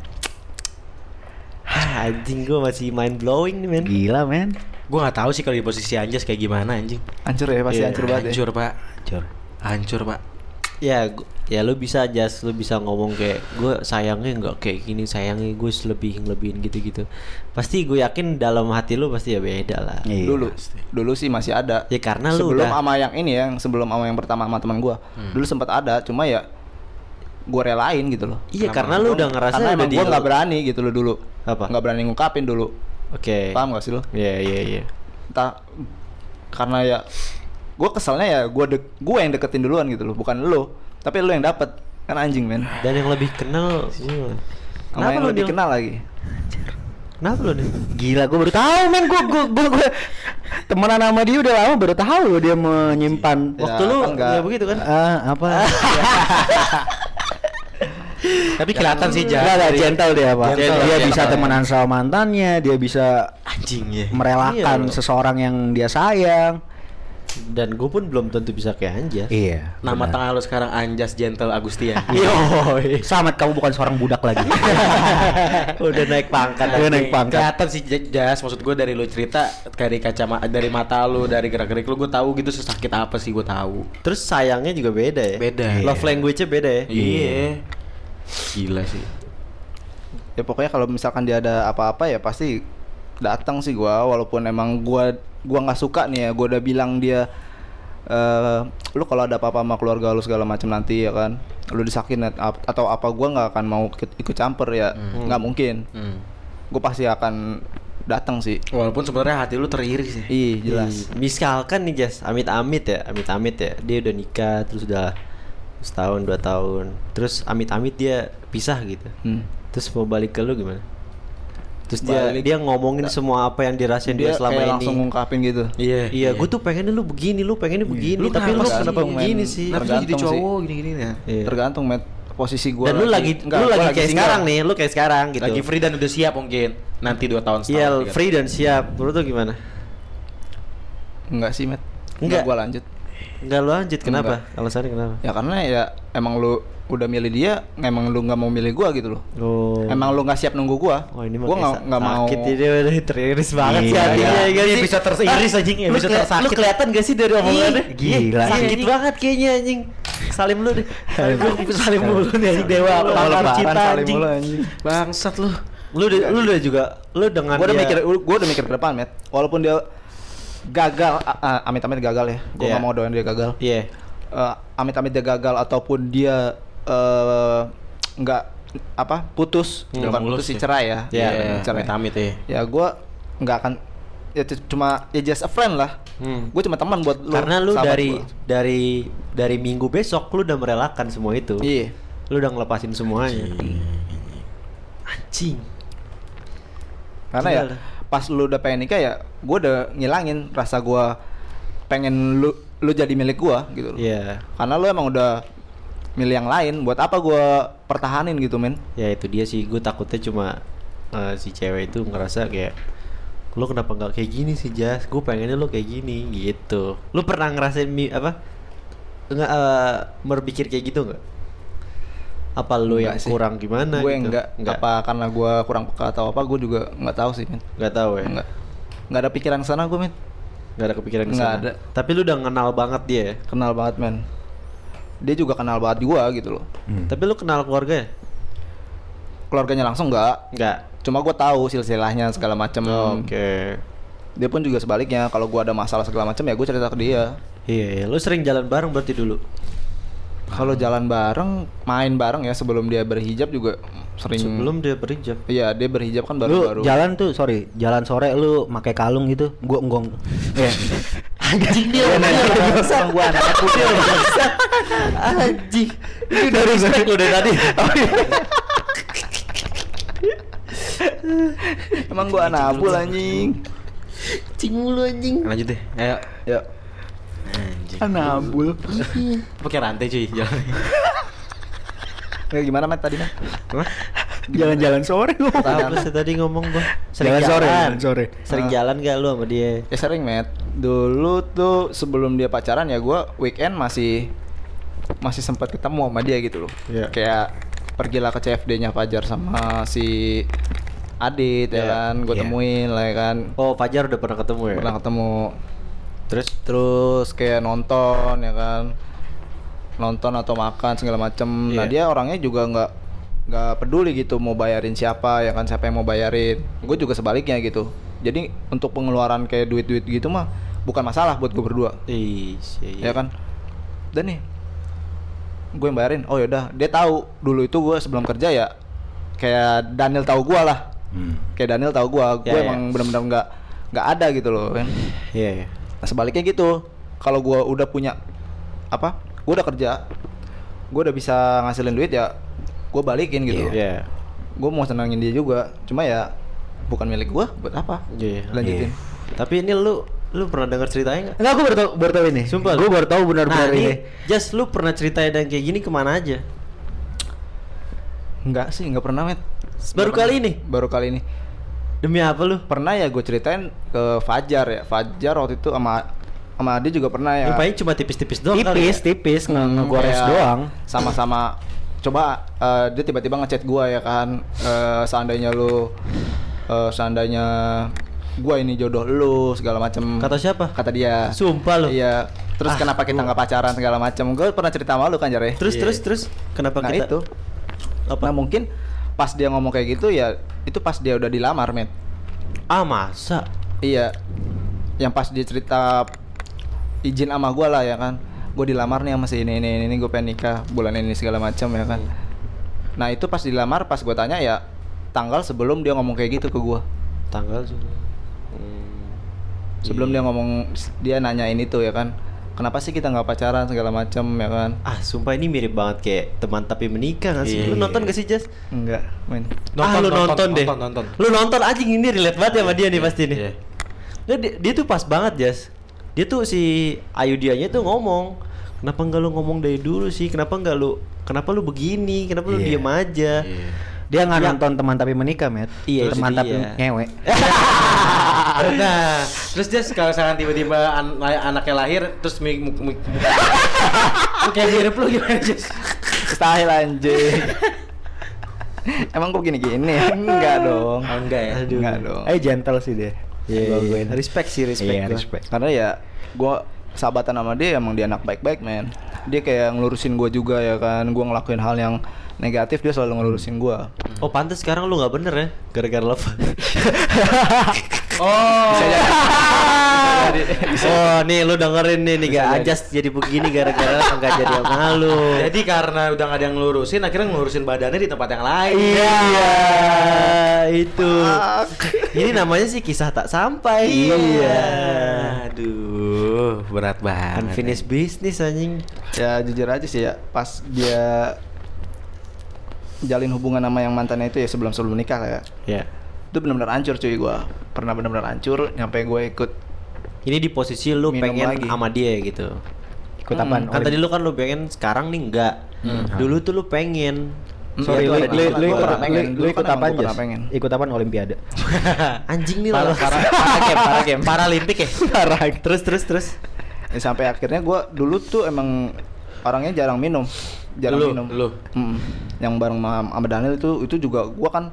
Anjing gue masih mind blowing nih men. Gila, men. Gue nggak tahu sih kalau di posisi Anjas kayak gimana anjing. Hancur ya, pasti Iya, hancur banget ya. Hancur pak, Hancur. hancur pak. Ya lu bisa Jas, lu bisa ngomong kayak gue sayangnya nggak kayak gini, sayangnya gue lebihin gitu-gitu. Pasti gue yakin dalam hati lu pasti ya beda lah. Iya. Dulu sih masih ada. Ya karena lu sebelum udah sama yang ini ya, sebelum sama yang pertama sama teman gua. Dulu sempat ada, cuma ya gua relain gitu loh. Iya karena lu udah ngerasa Karena udah emang di gua nggak berani gitu loh dulu. Apa? Nggak berani ngungkapin dulu. Oke. Paham gak sih lo? Iya. Entah karena ya gua keselnya ya gua yang deketin duluan gitu loh, bukan lo. Tapi lo yang dapet. Kan anjing, men. Dan yang lebih kenal gua. Sama yang lebih kenal lagi. Kenapa lu nih? Gila, gue baru tahu, men. Gue temenan sama dia udah lama, baru tahu loh dia menyimpan. Ya, Waktu lu kan nggak- ya begitu kan? Apa? Tapi kelihatan sih Enggak, Jas. gentle dia, Pak. Gentle, Dia gentle. bisa temenan sama mantannya, dia bisa Anjing ya. merelakan Iya, loh. seseorang yang dia sayang. Dan gue pun belum tentu bisa kayak Anjas. Iya. Nama tengah lu sekarang Anjas Gentle Agustian. Yoi. Selamat, kamu bukan seorang budak lagi. Udah naik pangkat. Udah naik pangkat. Kelihatan sih Jas, maksud gue dari lu cerita, dari dari mata lu, dari gerak-gerik lu, gue tahu gitu sesakit apa sih, gue tahu. Terus sayangnya juga beda ya. Beda. Love language-nya beda ya. Iya. Gila sih. Ya pokoknya kalau misalkan dia ada apa-apa ya pasti datang sih gua, walaupun emang gua nggak suka nih ya, gua udah bilang dia lu kalau ada apa-apa sama keluarga lu segala macam nanti ya kan, lu disakitin atau apa, gua nggak akan mau ikut campur ya, nggak mungkin. Gua pasti akan datang sih. Walaupun sebenarnya hati lu teriris ya. Iya jelas. Misalkan nih Jas, amit-amit ya, dia udah nikah terus udah setahun 2 tahun, terus amit-amit dia pisah gitu. Terus mau balik ke lu gimana? Terus dia ngomongin semua apa yang dirasain dia selama ini. Langsung ngungkapin gitu. Iya. Gue tuh pengennya lu begini, Lu tapi lu kenapa begini sih. Kenapa jadi cowok gini-gini ya? Iya. Tergantung posisi gua. Dan lu lagi kayak single. sekarang nih, lu kayak sekarang gitu. Lagi free dan udah siap mungkin. Nanti 2 tahun Iya, setahun. free dan siap. Menurut lu gimana? Enggak sih, Met. Enggak. Gua lanjut. Enggak lu lanjut, kenapa? Alasannya kenapa? Ya karena ya emang lu udah milih dia, emang lu nggak mau milih gua gitu loh. Oh. Emang lu nggak siap nunggu gua. Oh, ini Gua nggak mau. sakit dia udah teriris banget Iya, sih hatinya iya. ya Ini bisa teriris anjing, Lu bisa tersakit. Lu kelihatan gak sih dari omongannya? Gila. Sakit banget kayaknya anjing. Salim lu deh. Salim mulu nih anjing dewa. Kalau Pakar lebaran cinta salim anjing. mulu, anjing. Bangsat lu. Lu udah juga dengan Gua udah dia- mikir ke depan, Met. Walaupun dia gagal, amit-amit gagal ya. Gua Iya. nggak mau doain dia gagal. Iya. Amit-amit dia gagal ataupun dia nggak putus, Nggak bukan mulus putus sih, ya. cerai ya. Iya, cerai. Amit-amit ya. Ya gua nggak akan, ya cuma ya just a friend lah. Gue cuma teman buat lu. Karena lu sahabat dari gua. dari minggu besok lu udah merelakan semua itu. Iya. Lu udah ngelepasin semuanya. Anjing. Karena ya Gila. pas lu udah pengen nikah ya, gue udah ngilangin rasa gue pengen lu jadi milik gue gitu loh. Iya. Karena lu emang udah milih yang lain, buat apa gue pertahanin gitu, men? Ya itu dia sih, gue takutnya cuma si cewek itu ngerasa kayak lu kenapa nggak kayak gini sih Jas? Gue pengennya lu kayak gini gitu. Lu pernah ngerasain nggak berpikir kayak gitu nggak? Apa lu Enggak yang sih. kurang gimana? Gue gitu? enggak. Apa karena gue kurang peka atau apa? Gue juga nggak tahu sih, men. Nggak tahu ya. Nggak ada pikiran sana gue, men. Nggak ada kepikiran ke Nggak sana. ada. Tapi lu udah kenal banget dia ya? Kenal banget, men. Dia juga kenal banget gue gitu loh. Tapi lu kenal keluarga ya? Keluarganya langsung nggak. Nggak. Cuma gue tahu silsilahnya segala macem. Oke. Dia pun juga sebaliknya. Kalau gue ada masalah segala macam ya gue cerita ke dia. Iya, lu sering jalan bareng berarti dulu? Kalau jalan bareng, main bareng ya sebelum dia berhijab juga sering. Sebelum dia berhijab. Iya, dia berhijab kan Lu baru-baru. jalan tuh, jalan sore lu pakai kalung gitu. Gua enggong. Iya. Anjing dia. Sama gua anak putih. Anjing. Ini udah respect lu dari tadi. Emang gua anak abul anjing. Cing mulu anjing. Lanjut deh. Ayo. Ya, Anjing. anak abul. Pakai rantai cuy jalan. Kayak gimana, Mat, tadi, Mat? Jalan-jalan sore gua. Apa sih tadi ngomong gua? Jalan sore. Sering jalan gak lu sama dia? Ya sering, Mat. Dulu tuh sebelum dia pacaran ya gua weekend masih sempat ketemu sama dia gitu loh. Iya. Kayak pergilah ke CFD-nya Fajar sama si Adit ya Iya. kan, gue Iya. temuin lah ya kan. Oh, Fajar udah pernah ketemu ya? Pernah ketemu. Terus Kayak nonton ya kan, nonton atau makan segala macem. Nah Iya. dia orangnya juga nggak peduli gitu mau bayarin siapa ya kan, siapa yang mau bayarin. Gue juga sebaliknya gitu. Jadi untuk pengeluaran kayak duit gitu mah bukan masalah buat gue berdua iya. ya kan. Dan nih gue yang bayarin. Oh yaudah, dia tahu dulu itu gue sebelum kerja ya kayak Daniel tahu gue lah. Kayak Daniel tahu gue Ya, emang benar-benar nggak ada gitu loh kan. Iya. Nah sebaliknya gitu, kalau gue udah punya gue udah kerja, gue udah bisa ngasilin duit ya, gue balikin gitu. Iya. Gue mau senangin dia juga, cuma ya bukan milik gue, buat apa? Iya. Lanjutin. Tapi ini lu pernah dengar ceritanya nggak? Enggak, aku baru tahu ini. Sumpah. Gua baru tahu benar-benar Nah, ini. Just lu pernah ceritain yang kayak gini kemana aja? Enggak sih, nggak pernah, Met. Baru kali ini? Baru kali ini. Demi apa lu? Pernah ya gue ceritain ke Fajar ya. Fajar waktu itu sama sama Adi juga pernah ya. Paling cuma tipis-tipis doang kali ya? Tipis ngegores Kayak doang. Sama-sama coba dia tiba-tiba ngechat gua ya kan, seandainya gua ini jodoh lu segala macam. Kata siapa? Kata dia. Sumpah lu. Iya. Terus kenapa kita nggak pacaran segala macam? Gue pernah cerita sama lu kan, Jar ya? Terus kenapa Nah kita itu. Nah mungkin pas dia ngomong kayak gitu ya, itu pas dia udah dilamar, men. masa? Iya. Yang pas dia cerita izin sama gua lah ya kan. Gue dilamar nih sama si ini gue pengen nikah bulan ini segala macam ya kan. Nah itu pas dilamar, pas gue tanya ya tanggal sebelum dia ngomong kayak gitu ke gua. Tanggal Sebelum dia ngomong, dia nanyain itu ya kan, kenapa sih kita nggak pacaran segala macam ya kan. Sumpah ini mirip banget kayak Teman Tapi Menikah gak sih? Lu nonton gak sih, Jas? Enggak, men. Lu nonton deh. Nonton. Lu nonton anjing, ini relate banget ya sama dia nih pasti nih. Iya. Dia tuh pas banget, Jas. Dia tuh si Ayudianya tuh ngomong, kenapa nggak lu ngomong dari dulu sih? Kenapa lu begini? Kenapa lu diem aja? Dia nggak nonton Teman Tapi Menikah, Met. Iya, Teman itu Tapi dia. ngewe. Nah, terus dia kalau misalkan tiba-tiba anaknya lahir terus kayak mirip lu gimana, Jess? Mustahil anjing. Emang kok gini-gini? Enggak dong. Oh, enggak ya? Enggak dong. Gentle sih dia. Iya. Respect sih, Iya, gua. respect. Karena ya gua sahabatan sama dia, emang dia anak baik-baik, men. Dia kayak ngelurusin gua juga ya kan. Gua ngelakuin hal yang negatif, dia selalu ngelurusin gua. Oh, pantes sekarang lu nggak bener ya, gara-gara love. Oh. Oh, nih lu dengerin nih gak ajas jadi begini gara-gara nggak jadi sama lu. Jadi karena udah gak ada yang ngelurusin, akhirnya ngelurusin badannya di tempat yang lain. Iya, itu. Ini namanya sih kisah tak sampai. Iya. Aduh, berat banget. Unfinished business anjing. Ya jujur aja sih ya, pas dia jalin hubungan sama yang mantannya itu ya sebelum nikah lah ya. Ya. Itu benar-benar hancur cuy gua. Pernah benar-benar hancur nyampe gue ikut Ini di posisi lu Minum pengen lagi. sama dia gitu. Ikut apaan? Kan tadi lu kan lu pengen, sekarang nih enggak. Dulu tuh lu pengen. Sorry, Iya, lu itu ada di gua pernah pengen. lu Dulu ikut kan emang apaan, gua pernah Jas? pengen. Ikut apaan Olimpiade? Anjing nih Para game, Paralimpik ya? Terus. Ya, sampai akhirnya gue dulu tuh emang orangnya jarang minum. Lu? Yang bareng sama Daniel itu juga gue kan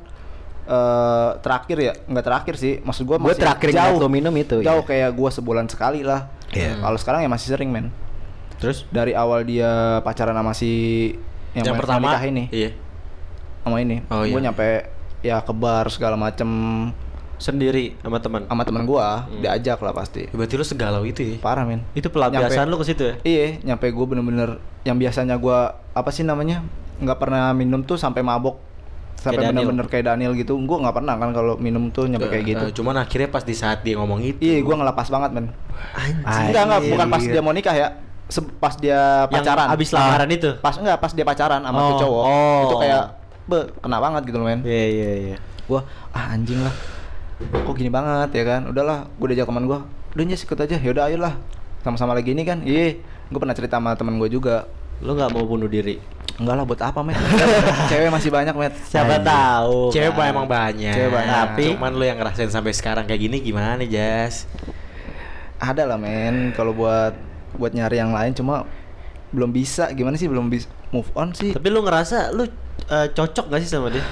terakhir ya, nggak terakhir sih, maksud gue Gue masih terakhir ngeliat lo minum itu. jauh ya. kayak gue sebulan sekali lah. Kalau sekarang ya masih sering, men. Terus Dari awal dia pacaran sama si Yang yang pertama nikah ini, Iya. sama ini, Oh, gue iya. nyampe ya ke bar segala macem sendiri sama teman. sama teman gue, diajak lah pasti. Berarti lu segalau itu ya? Parah, men. Itu pelampiasan Nyampe- lu ke situ ya? Iya, nyampe gue bener-bener yang biasanya gue apa sih namanya, nggak pernah minum tuh sampai mabok, sampai Kayak Daniel. bener-bener kayak Daniel gitu. Gue nggak pernah kan kalau minum tuh nyampe kayak gitu. Cuman akhirnya pas di saat dia ngomong itu. Iya, gue ngelepas banget, men. Anjing. Enggak, bukan pas dia mau nikah ya. Pas dia Yang pacaran. abis lamaran itu? Pas dia pacaran sama Oh, tuh cowok. oh. Itu kayak kena banget gitu loh, men. Iya. Gua anjing lah. Kok gini banget ya kan? Udahlah, gue diajak teman gue. Udah Nyes, ikut aja. Ya udah ayolah. Sama-sama lagi ini kan. Iya. Gue pernah cerita sama teman gue juga. Lu nggak mau bunuh diri? Enggak lah, buat apa, men? Cewek masih banyak, men. Siapa tahu. Cewek kan. emang banyak. Cewek banyak. Tapi cuman lu yang ngerasain sampai sekarang kayak gini gimana, Jas? Ada lah, men. Kalau buat nyari yang lain cuma belum bisa. Gimana sih belum bisa move on sih? Tapi lu ngerasa lu cocok gak sih sama dia?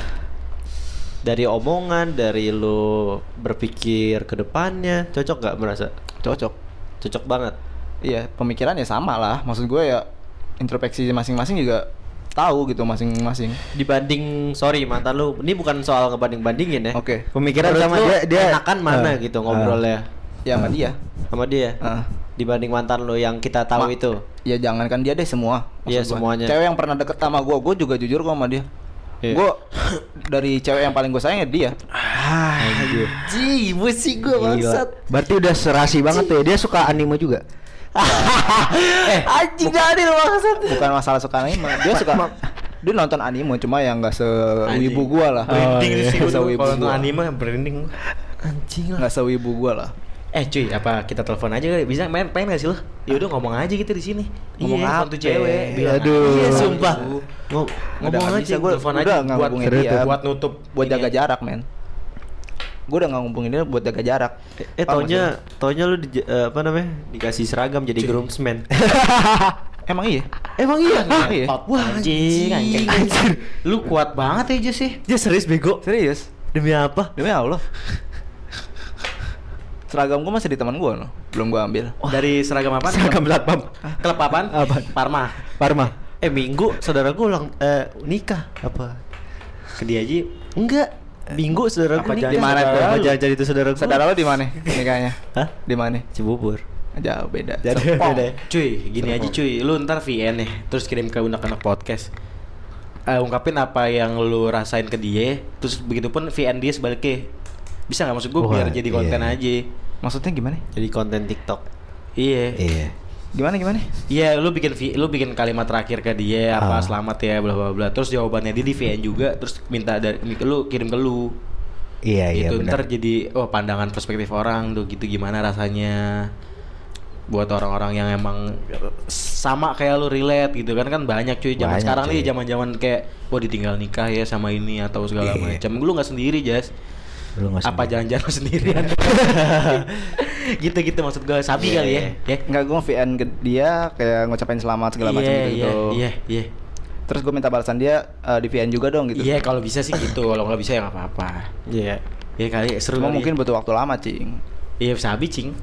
Dari omongan, dari lu berpikir ke depannya, cocok gak merasa? Cocok. Cocok banget. Iya, pemikiran ya sama lah. Maksud gue ya introspeksi masing-masing juga tahu gitu masing-masing. Dibanding, sorry mantan lu, ini bukan soal ngebanding-bandingin ya. Oke. Pemikiran Menurut sama lu dia enakan mana gitu ngobrolnya Ya sama dia. sama dia? Dibanding mantan lu yang kita tahu Ma- itu. Ya jangankan dia deh, semua. Iya, Maksud gua. semuanya. Cewek yang pernah deket sama gue juga jujur kok sama dia. Iya. Gue dari cewek yang paling gue sayang ya dia. Ji, musik gua Gila. Berarti udah serasi banget tuh ya. Dia suka anime juga. Anjing Daniel maksud. Bukan masalah suka anime, dia suka dia nonton anime cuma yang nggak sewibu gue lah. Branding sih Nggak gua tuh. sewibu Kalau untuk gua. anime branding. Anjing lah. Nggak sewibu gue lah. Cuy, apa kita telepon aja kali? Bisa pengen gak sih lo? Ya udah ngomong aja gitu di sini. Ngomong Iya, apa? telepon tuh cewek. Bilang Aduh. Iya sumpah. Udah Ngomong nggak aja, bisa, gua telepon udah aja nggak buat hubungin dia. buat nutup Buat ini jaga aja. jarak, men. gue udah nggak ngumpulin dia buat jaga jarak. Paham taunya lu apa namanya? Dikasih seragam jadi groomsman. Emang iya? Emang iya? Emang iya? Wah, anjing. Lu kuat banget ya Jas sih. Dia serius bego. Serius? Demi apa? Demi Allah. Seragam gue masih di teman gue loh, belum gue ambil. Dari seragam apa? Seragam satpam. Klub apaan? Parma. Minggu saudara gue nikah apa? Ke dia aja? Enggak. Minggu saudara gue nikah. Di mana tuh? Apa jangan itu saudara gue? Saudara lo di mana nikahnya? Hah? Di mana? Cibubur. Jauh beda. Beda. Cuy, gini aja cuy. Lu ntar VN nih, terus kirim ke Unek-Unek Podcast. Ungkapin apa yang lu rasain ke dia, terus begitupun VN dia sebaliknya. Bisa nggak, maksud gue biar jadi konten aja. Maksudnya gimana? Jadi konten TikTok. Iya. Gimana? Iya, lu bikin kalimat terakhir ke dia apa selamat ya bla bla bla. Terus jawabannya dia di VN juga, terus minta dari lu kirim ke lu. Iya gitu, benar. ntar jadi pandangan perspektif orang tuh gitu gimana rasanya buat orang-orang yang emang sama kayak lu relate gitu kan banyak cuy zaman sekarang nih zaman-zaman kayak ditinggal nikah ya sama ini atau segala macam. Lu nggak sendiri Jas. Apa jangan-jangan sendirian? gitu maksud gue sabi kali ya. Enggak, gue VN ke dia kayak ngucapin selamat segala macam gitu. Iya. Terus gue minta balasan dia di VN juga dong gitu. Iya, kalau bisa sih gitu. Kalau nggak bisa ya nggak apa-apa. Iya. Iya kali seru. Cuma mungkin butuh waktu lama, Cing. Iya, sabi cing.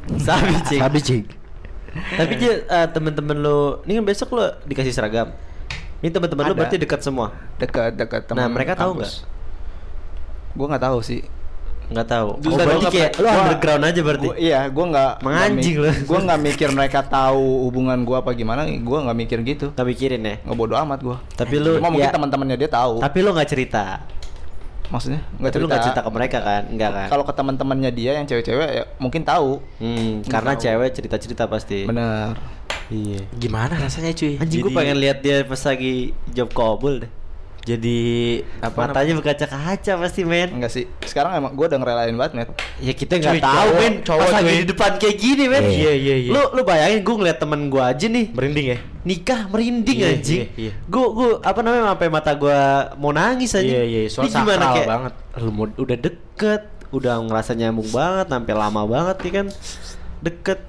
Tapi dia teman-teman lo, ini kan besok lo dikasih seragam. Ini teman-teman lo berarti dekat semua. Dekat teman. Nah, mereka tahu nggak? Gue nggak tahu sih. Nggak tahu. Berarti kayak lo underground aja berarti. Gue nggak menganjing lo. Gue nggak mikir mereka tahu hubungan gue apa gimana. Gue nggak mikir gitu. Nggak mikirin ya. Nggak bodo amat gue. Tapi lo cuma mungkin teman-temannya dia tahu. Tapi lo nggak cerita. Maksudnya lu nggak cerita ke mereka kan? Enggak kan? Kalau ke teman-temannya dia yang cewek-cewek ya mungkin tahu. Karena cewek cerita-cerita pasti. Bener. Iya. Gimana rasanya cuy? Anjing, gue pengen lihat dia pas lagi job kobul deh. Jadi matanya berkaca-kaca pasti men. Enggak sih. Sekarang emang gue udah ngerelain banget met. Ya kita nggak tahu men. Pas lagi di depan kayak gini men. Iya. Lu bayangin gue ngeliat temen gue aja nih merinding ya. Nikah merinding anjing. Iya. Gue apa namanya sampai mata gue mau nangis aja. Iya. Soal sakral kayak, banget. Lu udah deket, udah ngerasa nyambung banget, sampai lama banget nih kan deket.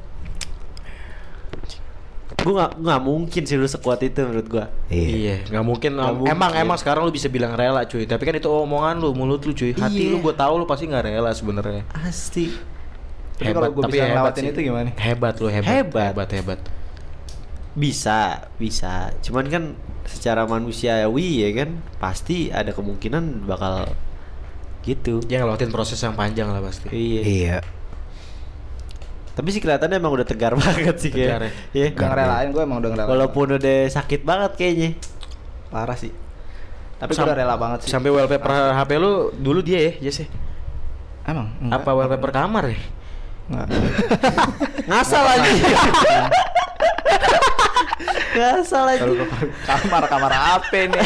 Gue nggak mungkin sih lu sekuat itu menurut gue. Iya, nggak mungkin. Emang sekarang lu bisa bilang rela cuy. Tapi kan itu omongan lu, mulut lu cuy. Hati lu gue tahu lu pasti nggak rela sebenarnya. Pasti. Tapi kalau gue bisa ngelawatin itu gimana? Hebat lu, hebat. Bisa. Cuman kan secara manusiawi ya kan pasti ada kemungkinan bakal gitu. Ya ngelewatin proses yang panjang lah pasti. Iya. Tapi sih kelihatannya emang udah tegar banget sih kayak. Iya. Gak ngerelain, gue emang udah ngerelain. Walaupun udah sakit banget kayaknya. Parah sih. Tapi gue udah rela banget sih. Sampai wallpaper HP lu dulu dia ya, Jess. Emang? Apa wallpaper kamar ya? Enggak. Ngasal lagi. Ngasal lagi. Kamar apa nih?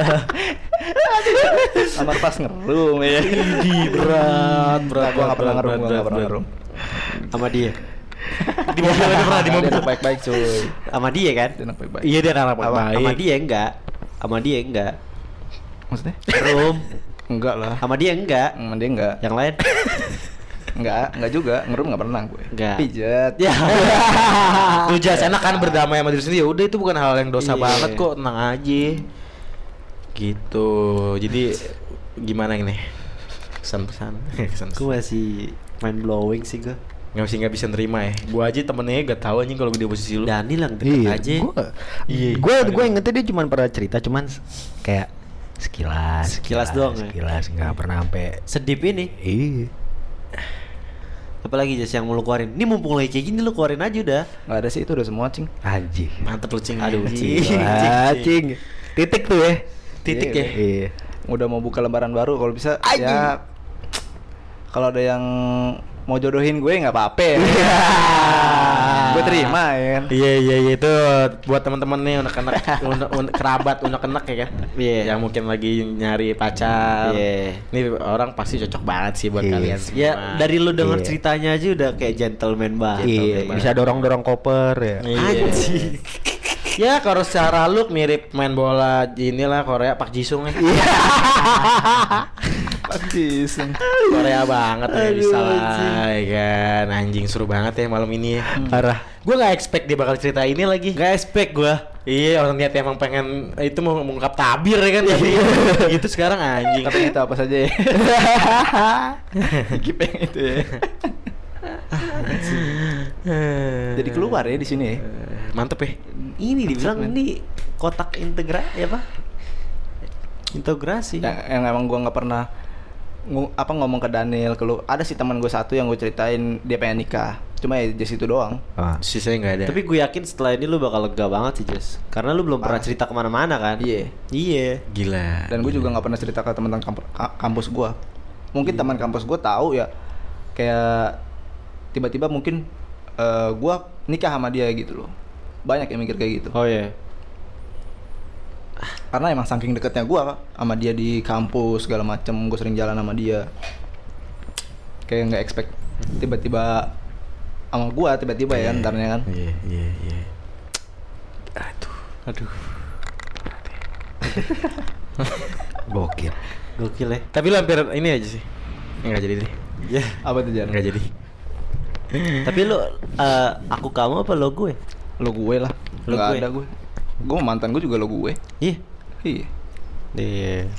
Kamar pas ngerum ya. berat. Gue gak pernah ngerum. Sama dia. Di mobil Dia baik-baik cuy. Sama dia kan? Dia baik-baik. Iya dia anak baik. Sama dia enggak. Maksudnya? Ngerum. Enggak lah. Sama dia enggak. Dia enggak. Yang lain? Enggak juga. Ngerum enggak pernah gue. Enggak. Pijet. Ya. Lu Jas enak kan berdamai sama diri sendiri. Udah itu bukan hal yang dosa banget kok, tenang aja. Gitu. Jadi gimana ini? Kesan-pesan. Gue masih mind blowing sih gue. Nggak bisa nerima ya. Gue aja temennya gak tahu anjing kalau di posisi lu. Dani lah deket aja. Gue ingetnya dia cuma pernah cerita, cuman kayak sekilas doang ya? Sekilas, nggak pernah sampai sedip ini. Iya. Apalagi Jas yang mau lu keluarin. Ini mumpung lagi kayak gini lu keluarin aja udah. Nggak ada sih, itu udah semua cing. Anjing. Mantep lu cing. Aduh cing. Titik tuh ya. Titik ya. Iya. Udah mau buka lembaran baru, kalau bisa ya. Kalau ada yang mau jodohin gue nggak apa-apa ya. Gue terima ya kan. Iya itu buat teman-teman nih anak-anak kerabat unek-unek ya kan. Yang mungkin lagi nyari pacar. Ini orang pasti cocok banget sih buat kalian semua. Ya dari lu denger ceritanya aja udah kayak gentleman banget. Iya, bisa dorong-dorong koper ya. Anjing. Ya kalau secara look mirip main bola inilah Korea Park Ji Sung ya. Kisung. Korea banget ya bisa lah ya kan. Anjing seru banget ya malam ini ya. Parah. Gue gak expect dia bakal cerita ini lagi. Gak expect gua. Iya orang niat emang pengen itu mau mengungkap tabir ya kan tadi. Gitu sekarang anjing. Tapi itu apa saja ya. Kipeng itu ya. Jadi keluar ya di sini ya. Mantep ya. Ini dibilang ini kotak integrasi apa? Integrasi. Yang emang gua nggak pernah ngomong ke Daniel ada sih teman gue satu yang gue ceritain dia pengen nikah, cuma ya just itu doang. Sisanya nggak ada. Tapi gue yakin setelah ini lu bakal lega banget sih Jess. Karena lu belum pernah cerita kemana-mana kan. Iya. Gila. Dan gue juga nggak pernah cerita ke teman-teman kampus gue. Mungkin teman kampus gue tahu ya, kayak tiba-tiba mungkin gue nikah sama dia gitu loh. Banyak yang mikir kayak gitu. Oh iya. Karena emang saking deketnya gue sama dia di kampus segala macem, gue sering jalan sama dia. Kayak nggak expect tiba-tiba sama gue tiba-tiba ya ntarnya kan. Iya. Aduh. Gokil ya. Tapi lu hampir ini aja sih. Enggak jadi deh. Ya. Apa tuh Jan? Enggak jadi. Tapi lu aku kamu apa lo gue? Lo gue lah. Lo Nggak gue. ada gue. Gue mantan gue juga lo gue. Iya. Iya.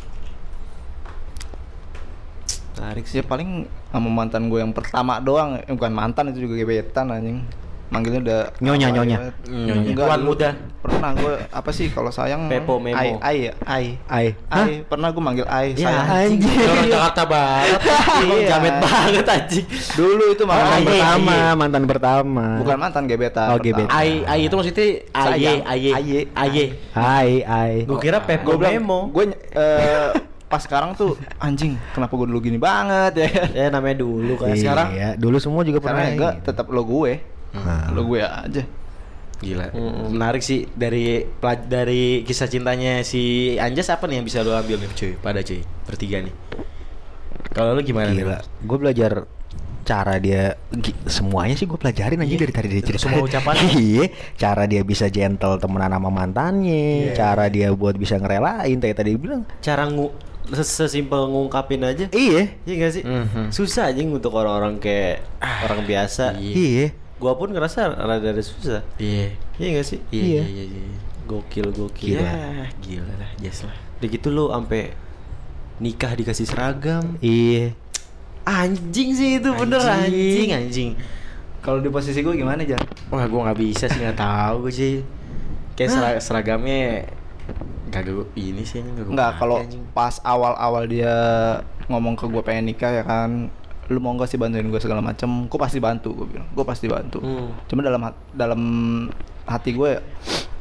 Tarik sih. Ya paling sama mantan gue yang pertama doang, bukan mantan itu juga gebetan anjing. Manggilnya udah Nyonya. Enggak, Tuan dulu muda. Pernah gue apa sih kalau sayang Pepo Memo. Ai. Ai. Pernah gue manggil Ai Ya, sayang. anjing. Orang Jakarta Barat. Emang jamet banget anjing. Dulu itu Mantan pertama. bukan mantan gebetan. Oh, pertama. gebetan. Ai itu maksudnya Sayang. Aye. Hai. Gue kira Pepo Gue bilang Memo. gue pas sekarang tuh anjing kenapa gue dulu gini banget ya. Ya namanya dulu kan. Sekarang Iya, dulu semua juga pernah. Sekarang enggak, tetap lo gue. Nah. Lo gue aja. Gila. Menarik sih dari kisah cintanya si Anjas apa nih yang bisa lo ambil nih cuy, cuy bertiga nih. Kalau lo gimana Gila. nih? Gue belajar cara dia semuanya sih gue pelajarin aja dari tadi dia cerita. Semua ucapan. Iya, cara dia bisa gentle temenan sama mantannya, cara dia buat bisa ngerelain kayak tadi bilang. cara sesimpel ngungkapin aja. Iya. Iya gak sih? Susah anjing untuk orang-orang kayak orang biasa. Iya. Gua pun ngerasa rada susah. Iya. Iya gak sih? Iya. Gokil. Gila lah, Jas lah. Udah gitu lu sampai nikah dikasih seragam. Iya. Anjing sih itu bener anjing. Kalau di posisi gue gimana Jan? Wah, gua nggak bisa sih, nggak tahu gue sih. Kayak seragamnya kagak ini sih anjing. Enggak, kalau pas awal-awal dia ngomong ke gue pengen nikah ya kan, lu mau nggak sih bantuin gue segala macem, gue pasti bantu, gue bilang, gue pasti bantu. Cuma dalam hati gue ya,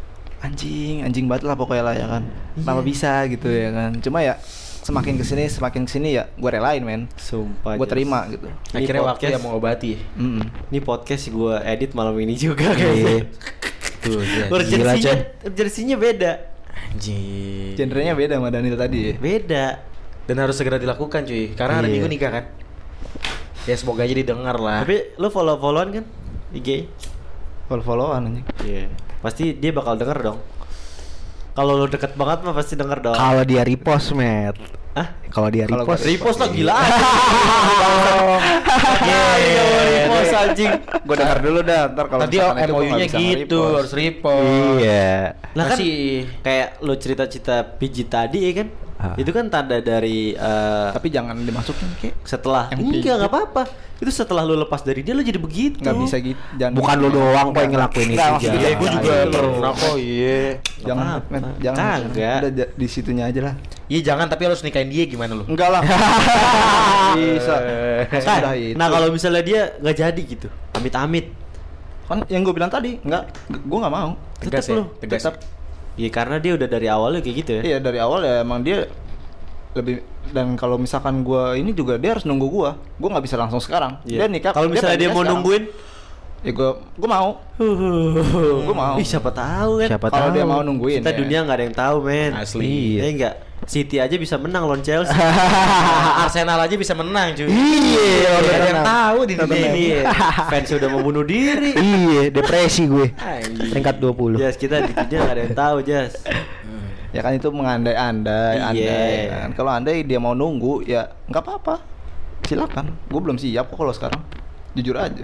anjing banget lah pokoknya lah ya kan. Kenapa bisa gitu ya kan? Cuma ya semakin kesini ya gue relain men. Sumpah. Gue terima gitu. akhirnya Ini waktu yang mengobati. Ini podcast gue edit malam ini juga kayaknya. Tuh, Urgensinya beda. Anjing. Genrenya beda sama Daniel tadi ya. Beda. Dan harus segera dilakukan cuy, karena hari Iya. Minggu nikah kan. Ya semoga aja didengar lah. Tapi lu follow-followan kan IG? Follow-followan anjing. Iya. Pasti dia bakal denger dong. Kalau lu deket banget mah pasti denger dong. Kalau dia repost, Matt. Hah? Kalau dia Kalau repost, Repost lah gila. Repost anjing. Gue dengar dulu dah, ntar kalau Tadi misalkan itu gua MOU-nya nggak bisa gitu, nge-repost. harus repost. Iya. Lah kan Masih. kayak lu cerita-cerita pijit tadi ya kan? Itu kan tanda dari Tapi jangan dimasukin kayak setelah enggak apa-apa. Itu setelah lu lepas dari dia lu jadi begitu. nggak bisa gitu. Jangan Bukan lu doang kok yang ngelakuin itu. Nggak, maksud Jan. gue, Gue juga Iya. pernah kok, iya. Jangan, apa-apa. men, jangan. Kagak. Udah di situnya aja lah. Iya jangan, tapi harus nikahin dia gimana lu? Enggak lah. Bisa. Sudah itu. Nah, kalau misalnya dia nggak jadi gitu. Amit-amit. Kan yang gue bilang tadi, enggak, gue nggak mau. Tegas Tetep ya? lu. Tegas. Tetap. Iya karena dia udah dari awalnya kayak gitu ya. Iya dari awal ya emang dia lebih, dan kalau misalkan gue ini juga dia harus nunggu gue nggak bisa langsung sekarang. Iya. Dia nikah. Kalau misalnya dia pengen mau sekarang. nungguin, ya gue mau. Gue mau. ih siapa tahu kan. Siapa Kalau tahu. dia mau nungguin. Kita ya. dunia nggak ada yang tahu men. Asli. Iya enggak. City aja bisa menang lawan Chelsea. Arsenal aja bisa menang cuy. Iya, Gak ada yang menang. tahu di dunia ini. Iya. Fans sudah mau bunuh diri. Iya, depresi gue. Anjing. Peringkat 20. Jas kita di dunia nggak ada yang tahu Jas. Ya kan itu mengandai-andai, andai kan. Kalau andai dia mau nunggu ya nggak apa-apa. Silakan. Gue belum siap kok kalau sekarang. Jujur aja.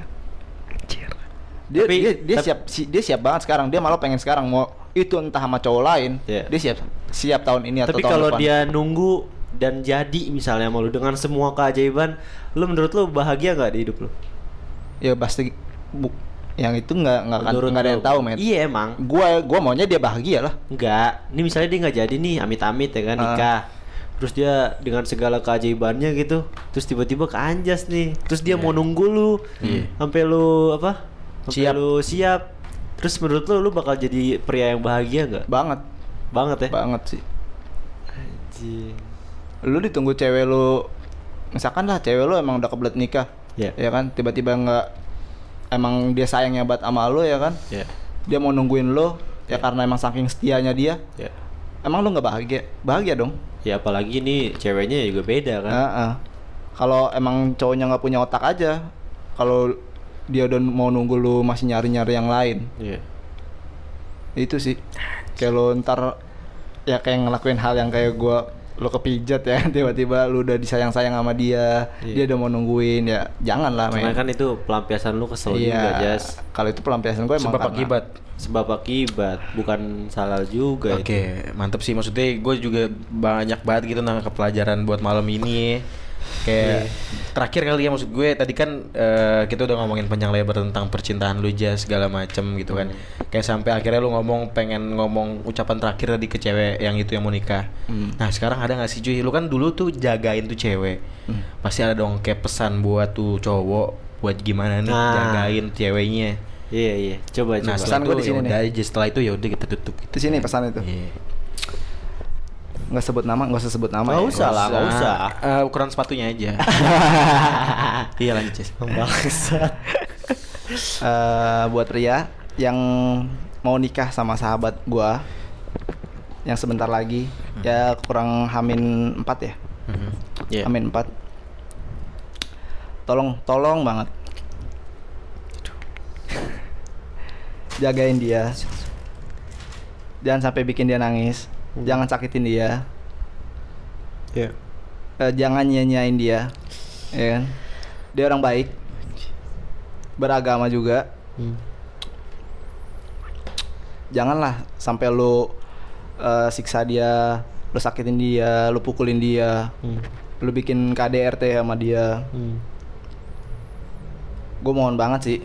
Dia siap banget sekarang. Dia malah pengen sekarang mau itu entah sama cowok lain. Dia siap tahun ini atau tahun depan. Tapi kalau dia nunggu dan jadi misalnya sama lu dengan semua keajaiban, lu menurut lu bahagia nggak di hidup lu? Ya pasti yang itu nggak ada yang tahu, men. Iya emang. Gua maunya dia bahagia lah. Enggak. Ini misalnya dia nggak jadi nih, amit-amit ya kan nikah. Terus dia dengan segala keajaibannya gitu, terus tiba-tiba keanjas nih. Terus dia mau nunggu lu sampai lu apa? Sampai lu siap. Terus menurut lu bakal jadi pria yang bahagia nggak? Banget ya. Banget sih. Anjing. Lu ditunggu cewek lu, misalkan lah cewek lu emang udah kebelet nikah, ya kan, tiba-tiba nggak, emang dia sayangnya banget sama lu ya kan, dia mau nungguin lu ya karena emang saking setianya dia, emang lu nggak bahagia dong. Ya apalagi ini ceweknya juga beda kan. Kalau emang cowoknya nggak punya otak aja, kalau dia udah mau nunggu lu masih nyari-nyari yang lain, itu sih kayak lu ntar ya kayak ngelakuin hal yang kayak gua, lu kepijat ya, tiba-tiba lu udah disayang-sayang sama dia, dia udah mau nungguin, ya jangan lah, men. Karena kan itu pelampiasan lu kesel juga, Jas. Kalau itu pelampiasan gue emang sebab akibat, bukan salah juga. Oke, mantep sih, maksudnya gue juga banyak banget gitu nangkep pelajaran buat malam ini. Kayak terakhir kali ya, maksud gue tadi kan kita udah ngomongin panjang lebar tentang percintaan lu, Jas, segala macem gitu kan. Kayak sampai akhirnya lu pengen ngomong ucapan terakhir tadi ke cewek yang itu yang mau nikah. Nah sekarang ada nggak sih cuy, lu kan dulu tuh jagain tuh cewek, pasti ada dong kayak pesan buat tuh cowok buat gimana nih jagain ceweknya. Iya. Coba. Nah pesan gue di sini nih. Setelah itu ya udah kita tutup. Di sini pesan itu. Nggak usah sebut nama. Nggak usah. Ukuran sepatunya aja. Iya lanjut, Cis. Buat pria yang mau nikah sama sahabat gua yang sebentar lagi, ya kurang H-4 ya. H-4. Tolong banget. Jagain dia. Jangan sampai bikin dia nangis. Jangan sakitin dia. Jangan nyanyain dia. Ya kan? Dia orang baik. Beragama juga. Janganlah sampai lu siksa dia, lu sakitin dia, lu pukulin dia. Lu bikin KDRT sama dia. Gue mohon banget sih.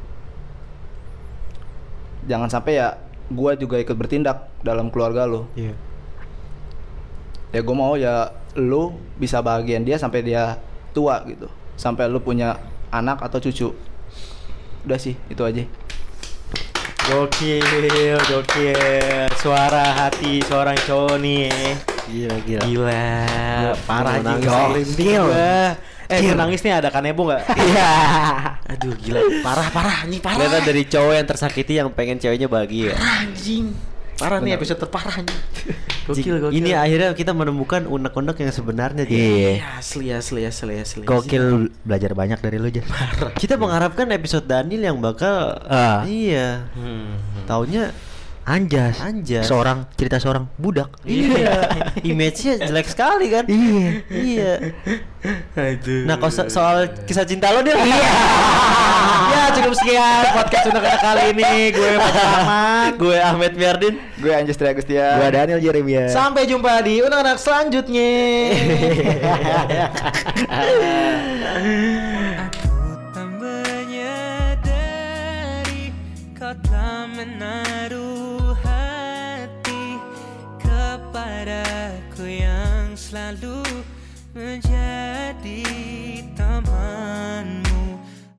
Jangan sampai ya gue juga ikut bertindak dalam keluarga lo. Ya gue mau ya lu bisa bahagian dia sampai dia tua gitu, sampai lu punya anak atau cucu. Udah sih, itu aja. Gokil. Suara hati seorang cowok nih. Gila. Parah juga. Gue nangis nih, ada kanebo nggak? Iya. Aduh gila, parah nih, parah. Ternyata dari cowok yang tersakiti yang pengen ceweknya bahagia. Anjing. Parah nih, episode terparah nih. Gokil. Ini akhirnya kita menemukan unek-unek yang sebenarnya. Iya, asli. Gokil, belajar banyak dari lu aja. Kita mengharapkan episode Daniel yang bakal taunya Anjas. Cerita seorang budak. Iya. Image-nya jelek sekali kan? Iya. Aduh. Nah, kalau soal kisah cinta lo dia. Iya. Ya, cukup sekian podcast untuk kali ini. Gue Ahmad, gue Ahmed Miardin, gue Anjas Triagustia, gue Daniel Jeremia. Sampai jumpa di unek-unek selanjutnya. Aku tak menyadari kau telah menaruh hati kepadaku yang selalu menjadi temanmu.